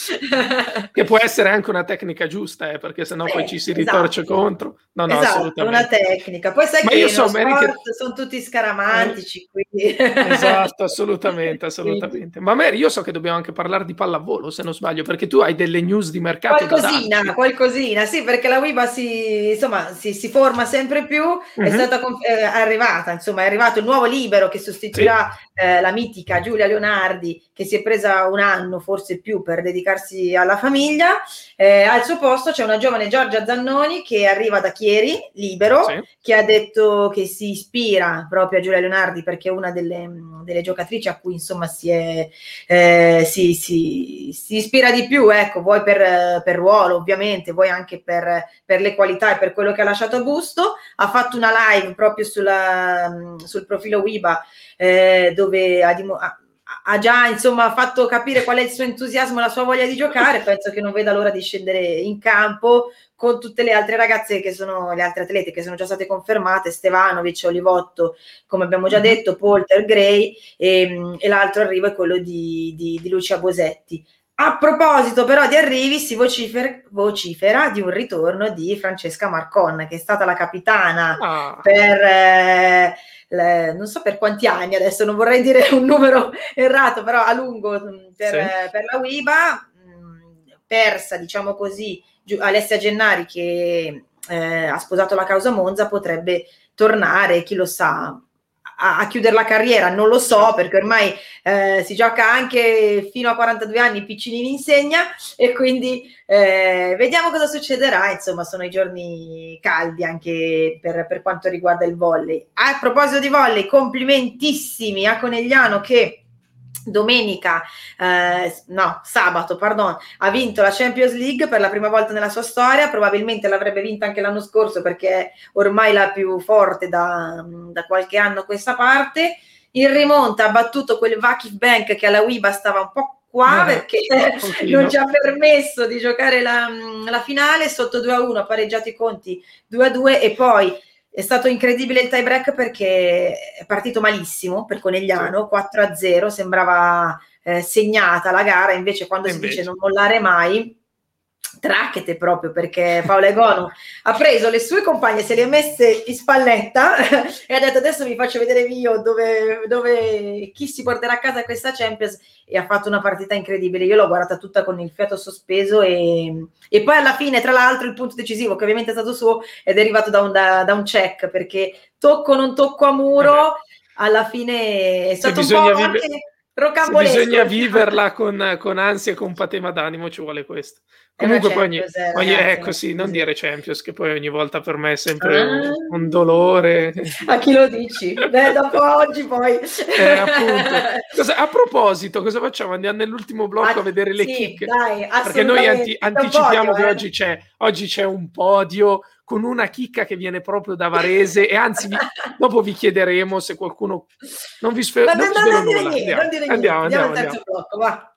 Che può essere anche una tecnica giusta, eh, perché sennò Eh, poi ci si esatto. ritorce contro. No, no, Esatto, assolutamente. una tecnica. Poi sai Ma che io nello so, Mary, sport che- sono tutti scaramantici, quindi... Esatto, assolutamente, assolutamente. Ma Mary, io so che dobbiamo anche parlare di pallavolo, se non sbaglio, perché tu hai delle news di mercato da Qualcosina, darci. qualcosina, sì, perché la WIBA si, insomma, si, si forma sempre più, è Mhm. stata conf- è arrivata, insomma, è arrivato il nuovo libero che sostituirà eh, la mitica Giulia Leonardi, che si è presa un anno, forse più, per dedicarsi alla famiglia. Eh, al suo posto c'è una giovane Giorgia Zannoni che arriva da Chieri, libero, Sì. che ha detto che si ispira proprio a Giulia Leonardi perché è una delle, delle giocatrici a cui insomma si, è, eh, si, si, si ispira di più, ecco, vuoi per, per ruolo ovviamente, vuoi anche per, per le qualità e per quello che ha lasciato a Busto. Ha fatto una live proprio sulla, sul profilo WIBA eh, dove ha dimostrato, ha già insomma fatto capire qual è il suo entusiasmo, la sua voglia di giocare. Penso che non veda l'ora di scendere in campo con tutte le altre ragazze che sono le altre atlete che sono già state confermate, Stevanovic, Olivotto, come abbiamo già detto, Polter, Gray, e, e l'altro arrivo è quello di, di, di Lucia Bosetti. A proposito però di arrivi, si vocifera, vocifera di un ritorno di Francesca Marcon, che è stata la capitana Ah. per eh, le, non so per quanti anni, adesso non vorrei dire un numero errato, però a lungo per, Sì. eh, per la WIBA, mh, persa, diciamo così, Giu- Alessia Gennari, che eh, ha sposato la causa Monza, potrebbe tornare, chi lo sa, a, a chiudere la carriera, non lo so, perché ormai eh, si gioca anche fino a quarantadue anni, Piccinini insegna, e quindi eh, vediamo cosa succederà. Insomma, sono i giorni caldi anche per, per quanto riguarda il volley. A proposito di volley, complimentissimi a Conegliano che domenica, eh, no, sabato, pardon, ha vinto la Champions League per la prima volta nella sua storia. Probabilmente l'avrebbe vinta anche l'anno scorso perché è ormai la più forte da, da qualche anno a questa parte. In rimonta ha battuto quel Vakif Bank che alla WIBA stava un po' qua Eh, perché pochino. non ci ha permesso di giocare la, la finale. Sotto due a uno, ha pareggiato i conti due a due, e poi è stato incredibile il tie break perché è partito malissimo per Conegliano, Sì. quattro a zero, sembrava eh, segnata la gara, invece quando E si invece. dice non mollare mai, tracchete proprio, perché Paola Egono ha preso le sue compagne, se le ha messe in spalletta e ha detto adesso vi faccio vedere io dove, dove chi si porterà a casa questa Champions, e ha fatto una partita incredibile. Io l'ho guardata tutta con il fiato sospeso, e, e poi alla fine, tra l'altro, il punto decisivo, che ovviamente è stato suo, è derivato da un, da, da un check, perché tocco non tocco a muro, alla fine è stato un po' bisogna anche vive- rocambolesco. Se bisogna viverla con, con ansia e con patema d'animo, ci vuole questo. È una Comunque poi ogni, Champions, eh, ogni ragazzi, ecco una sì, non Champions. dire Champions, che poi ogni volta per me è sempre un, Ah. un dolore. A chi lo dici? Beh, dopo oggi poi. Eh, appunto. Cosa- a proposito, cosa facciamo? Andiamo nell'ultimo blocco Ah, a vedere le sì, chicche. dai, Perché noi anti- assolutamente. C'è un anticipiamo podio, che eh. oggi c'è, oggi c'è un podio con una chicca che viene proprio da Varese, e anzi vi- dopo vi chiederemo se qualcuno non vi sfe- Ma non no, vi no, svelo non dire nulla. niente, Andiamo, non dire andiamo, niente. Andiamo andiamo, al terzo blocco, va.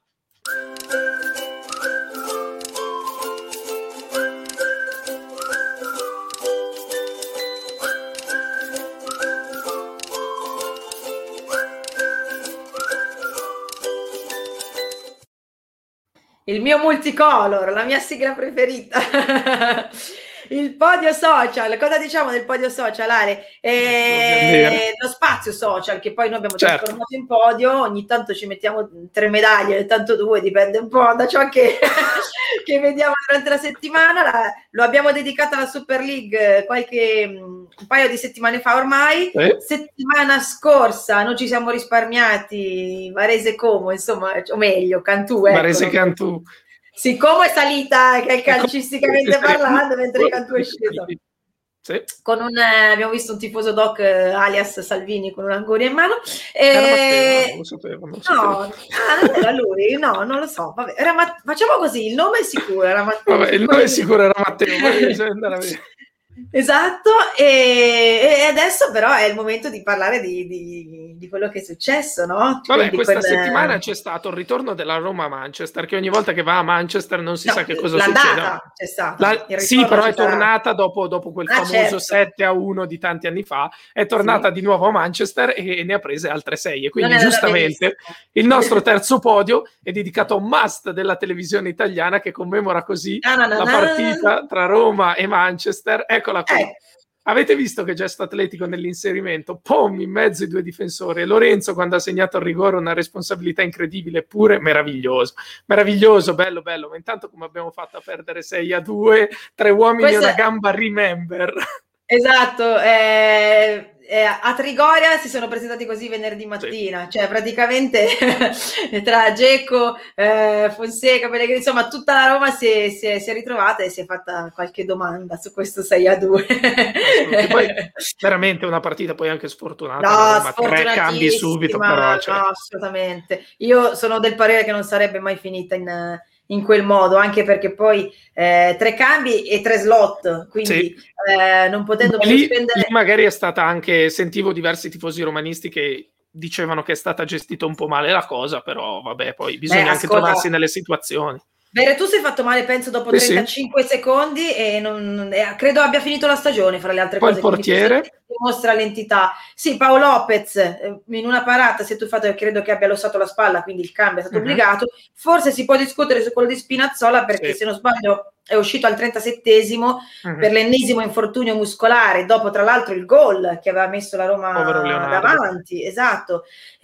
Il mio multicolor, la mia sigla preferita. Il podio social, cosa diciamo del podio social, Ale? Eh, lo spazio social, che poi noi abbiamo Certo. trasformato in podio. Ogni tanto ci mettiamo tre medaglie, ogni tanto due, dipende un po' da ciò che, che vediamo durante la settimana. La, lo abbiamo dedicato alla Super League qualche un paio di settimane fa ormai. Eh? Settimana scorsa non ci siamo risparmiati Varese Como, insomma, o meglio Cantù, ecco, Varese non- Cantù. Sì, Como è salita, che è calcisticamente parlando, mentre Cantù è sceso. Sì. Con un, eh, abbiamo visto un tifoso doc eh, alias Salvini con un'anguria in mano. Era Matteo, Eh, non lo sapevo. Non lo no, sapevo. ah, non era lui, no, non lo so. Vabbè, era Matt- facciamo così, il nome è sicuro, era Matteo. Vabbè, il nome è sicuro era Matteo, poi bisogna andare a vedere. Esatto, e, ed è adesso però è il momento di parlare di, di, di quello che è successo, no? Vabbè, Quindi questa quel... settimana c'è stato il ritorno della Roma a Manchester, che ogni volta che va a Manchester non si no, sa che cosa l'andata succede. C'è stata, La... Sì, però è tornata dopo, dopo quel ah, famoso certo. sette a uno di tanti anni fa, è tornata sì. di nuovo a Manchester e ne ha prese altre sei. E quindi giustamente il nostro terzo podio è dedicato a un must della televisione italiana che commemora così no, no, no, la partita tra Roma e Manchester. Eccola qui. Eh. Avete visto che gesto atletico nell'inserimento? Pom in mezzo ai due difensori. E Lorenzo, quando ha segnato il rigore, una responsabilità incredibile, eppure meraviglioso. Meraviglioso, bello, bello. Ma intanto come abbiamo fatto a perdere sei a due, tre uomini e una gamba, remember. Esatto, eh, eh, a Trigoria si sono presentati così venerdì mattina, sì. Cioè praticamente tra Dzeko, eh, Fonseca, Pellegrini, insomma tutta la Roma si è, si, è, si è ritrovata e si è fatta qualche domanda su questo sei a due. Poi veramente una partita poi anche sfortunata, no, ma tre cambi subito però. Cioè... No, assolutamente. Io sono del parere che non sarebbe mai finita in... in quel modo, anche perché poi eh, tre cambi e tre slot, quindi sì. eh, non potendo più lì, spendere... Lì magari è stata anche, sentivo diversi tifosi romanisti che dicevano che è stata gestita un po' male la cosa, però vabbè, poi bisogna Beh, anche ascolta... trovarsi nelle situazioni. Beh, tu sei fatto male penso dopo eh trentacinque sì. secondi e non, eh, credo abbia finito la stagione fra le altre poi cose. Il portiere dimostra l'entità. Sì, Paolo Lopez eh, in una parata si è tuffato, credo che abbia lossato la spalla, quindi il cambio è stato uh-huh. obbligato. Forse si può discutere su quello di Spinazzola perché sì. se non sbaglio è uscito al trentasettesimo uh-huh. per l'ennesimo infortunio muscolare, dopo tra l'altro il gol che aveva messo la Roma davanti. Esatto.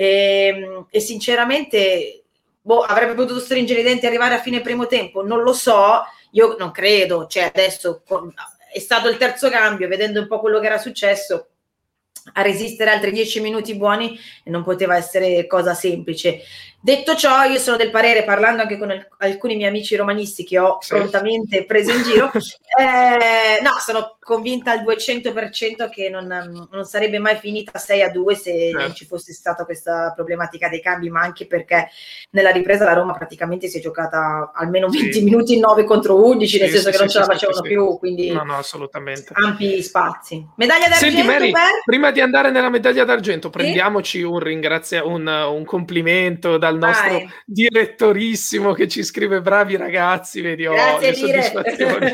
E, e sinceramente... Boh, avrebbe potuto stringere i denti e arrivare a fine primo tempo, non lo so, io non credo, cioè adesso è stato il terzo cambio, vedendo un po' quello che era successo, a resistere altri dieci minuti buoni non poteva essere cosa semplice. Detto ciò, io sono del parere, parlando anche con al- alcuni miei amici romanisti che ho sì. prontamente preso in giro, eh, no, sono convinta al duecento per cento che non, non sarebbe mai finita sei a due se certo. non ci fosse stata questa problematica dei cambi, ma anche perché nella ripresa la Roma praticamente si è giocata almeno venti sì. minuti, nove contro undici, nel sì, senso sì, che non sì, ce la facevano sì, più, quindi no, no, assolutamente. ampi spazi. Medaglia d'argento. Senti Mary, per... prima di andare nella medaglia d'argento, sì? prendiamoci un ringrazia un, un complimento dal nostro Vai. direttorissimo che ci scrive bravi ragazzi, vedi, oh, le soddisfazioni.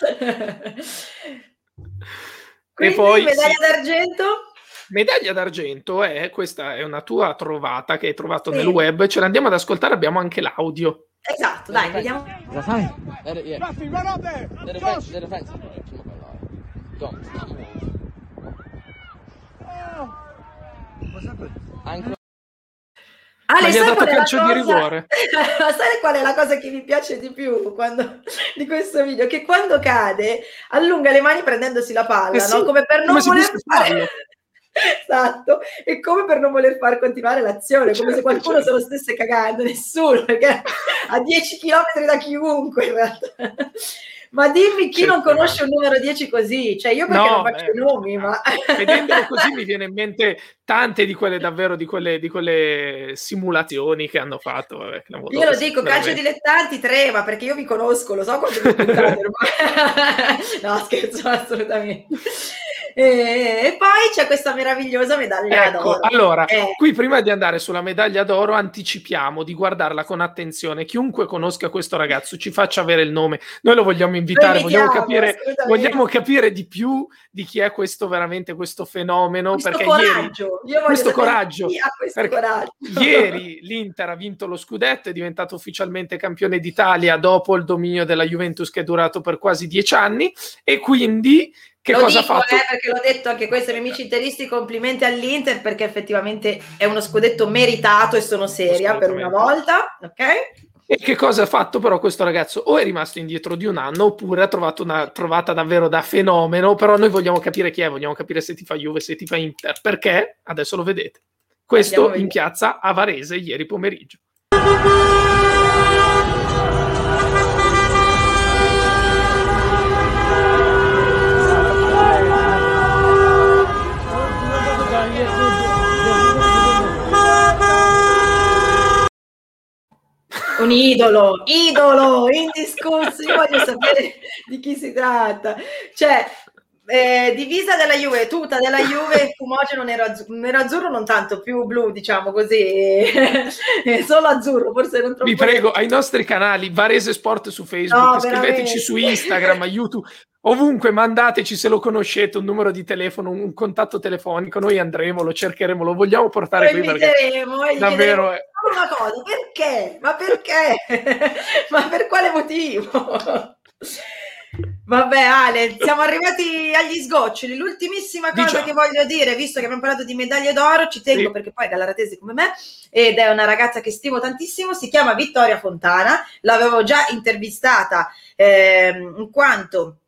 Quindi, e poi medaglia sì. d'argento? Medaglia d'argento è, questa è una tua trovata che hai trovato sì. nel web, ce l'andiamo ad ascoltare, abbiamo anche l'audio. Esatto, dai, vediamo. La sai? Raffi, run up there! Josh! Anche Ale, ma gli ha dato calcio di rigore. Sai qual è la cosa che mi piace di più quando, di questo video? Che quando cade allunga le mani prendendosi la palla, eh sì, no? Come per non voler fare... Esatto, e come per non voler far continuare l'azione, come certo, se qualcuno certo. se lo stesse cagando, nessuno, perché a dieci chilometri da chiunque in realtà. Ma dimmi chi certo, non conosce un numero dieci così, cioè io perché no, non faccio i nomi, ma... Vedendolo così mi viene in mente tante di quelle davvero, di quelle, di quelle simulazioni che hanno fatto. Vabbè, che io lo dico, calcio dilettanti trema, perché io vi conosco, lo so quanto vi pensate ormai. No, scherzo, assolutamente. E, e poi c'è questa meravigliosa medaglia ecco, d'oro. Allora, eh. qui prima di andare sulla medaglia d'oro anticipiamo di guardarla con attenzione. Chiunque conosca questo ragazzo ci faccia avere il nome. Noi lo vogliamo invitare, vogliamo capire, vogliamo capire di più di chi è questo veramente questo fenomeno. Questo perché coraggio. Ieri, Io questo coraggio. Questo coraggio. Ieri l'Inter ha vinto lo scudetto, è diventato ufficialmente campione d'Italia dopo il dominio della Juventus che è durato per quasi dieci anni e quindi che lo cosa dico, ha fatto? Eh, perché l'ho detto anche questo ai miei amici interisti, complimenti all'Inter perché effettivamente è uno scudetto meritato e sono seria per una volta, ok? E che cosa ha fatto però questo ragazzo? O è rimasto indietro di un anno oppure ha trovato una trovata davvero da fenomeno, però noi vogliamo capire chi è, vogliamo capire se ti fa Juve, se ti fa Inter, perché adesso lo vedete. Questo in piazza a Varese ieri pomeriggio. Un idolo, idolo, indiscusso, io voglio sapere di chi si tratta. Cioè, Eh, divisa della Juve, tuta della Juve, fumogeno nero, azzurro, nero azzurro non tanto, più blu diciamo così, solo azzurro, forse non troppo. Vi prego, ai nostri canali Varese Sport su Facebook, no, scriveteci su Instagram, YouTube, ovunque, mandateci se lo conoscete un numero di telefono, un contatto telefonico, noi andremo, lo cercheremo, lo vogliamo portare lo qui perché davvero è... una cosa, perché? Ma perché? Ma per quale motivo? Vabbè Ale, siamo arrivati agli sgoccioli. L'ultimissima cosa diciamo. che voglio dire, visto che abbiamo parlato di medaglie d'oro, ci tengo sì. perché poi è gallaratese come me ed è una ragazza che stimo tantissimo, si chiama Vittoria Fontana, l'avevo già intervistata eh, in quanto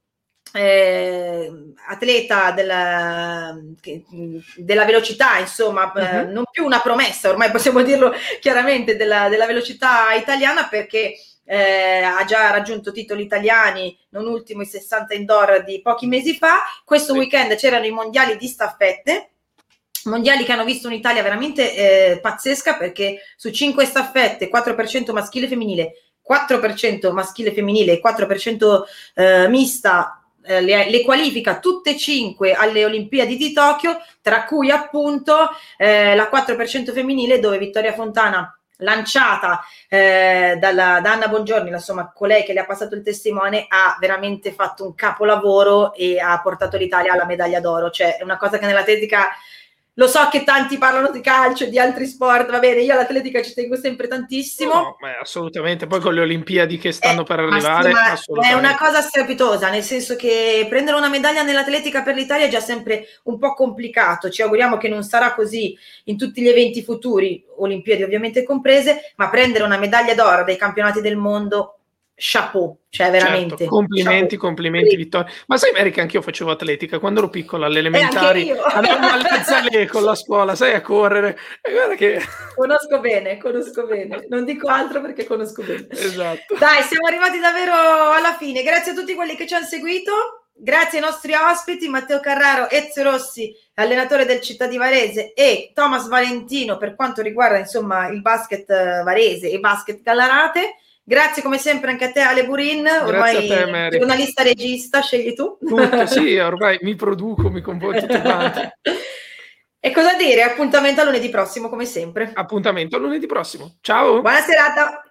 eh, atleta della, della velocità, insomma, uh-huh. eh, non più una promessa, ormai possiamo dirlo chiaramente, della, della velocità italiana, perché Eh, ha già raggiunto titoli italiani, non ultimo i sessanta indoor di pochi mesi fa. Questo sì. weekend c'erano i mondiali di staffette, mondiali che hanno visto un'Italia veramente eh, pazzesca, perché su cinque staffette quattro per cento maschile e femminile, quattro per cento maschile e femminile e quattro per cento eh, mista, eh, le, le qualifica tutte e cinque alle Olimpiadi di Tokyo, tra cui appunto eh, la quattro per cento femminile, dove Vittoria Fontana, lanciata eh, dalla, da Anna Bongiorni, insomma colei che le ha passato il testimone, ha veramente fatto un capolavoro e ha portato l'Italia alla medaglia d'oro. Cioè è una cosa che nell'atletica, lo so che tanti parlano di calcio e di altri sport, va bene, io all'atletica ci tengo sempre tantissimo. No, ma assolutamente, poi con le Olimpiadi che stanno eh, per arrivare, ma sì, ma è una cosa strepitosa, nel senso che prendere una medaglia nell'atletica per l'Italia è già sempre un po' complicato. Ci auguriamo che non sarà così in tutti gli eventi futuri, Olimpiadi ovviamente comprese, ma prendere una medaglia d'oro dai campionati del mondo, chapeau, cioè veramente certo, complimenti, chapeau. complimenti Vittoria. Ma sai Mary che anch'io facevo atletica quando ero piccola alle elementari, eh, andavo all'Azzalè con la scuola, sai, a correre, e guarda che conosco bene, conosco bene, non dico altro perché conosco bene. Esatto. Dai, siamo arrivati davvero alla fine, grazie a tutti quelli che ci hanno seguito, grazie ai nostri ospiti Matteo Carraro, Ezio Rossi, allenatore del Città di Varese, e Thomas Valentino per quanto riguarda insomma il basket varese e basket Gallarate. Grazie come sempre anche a te Ale Burin, ormai te, giornalista regista, scegli tu. Tutto, sì, ormai mi produco, mi comporto tutti quanti. E cosa dire? Appuntamento a lunedì prossimo come sempre. Appuntamento a lunedì prossimo. Ciao. Buona serata.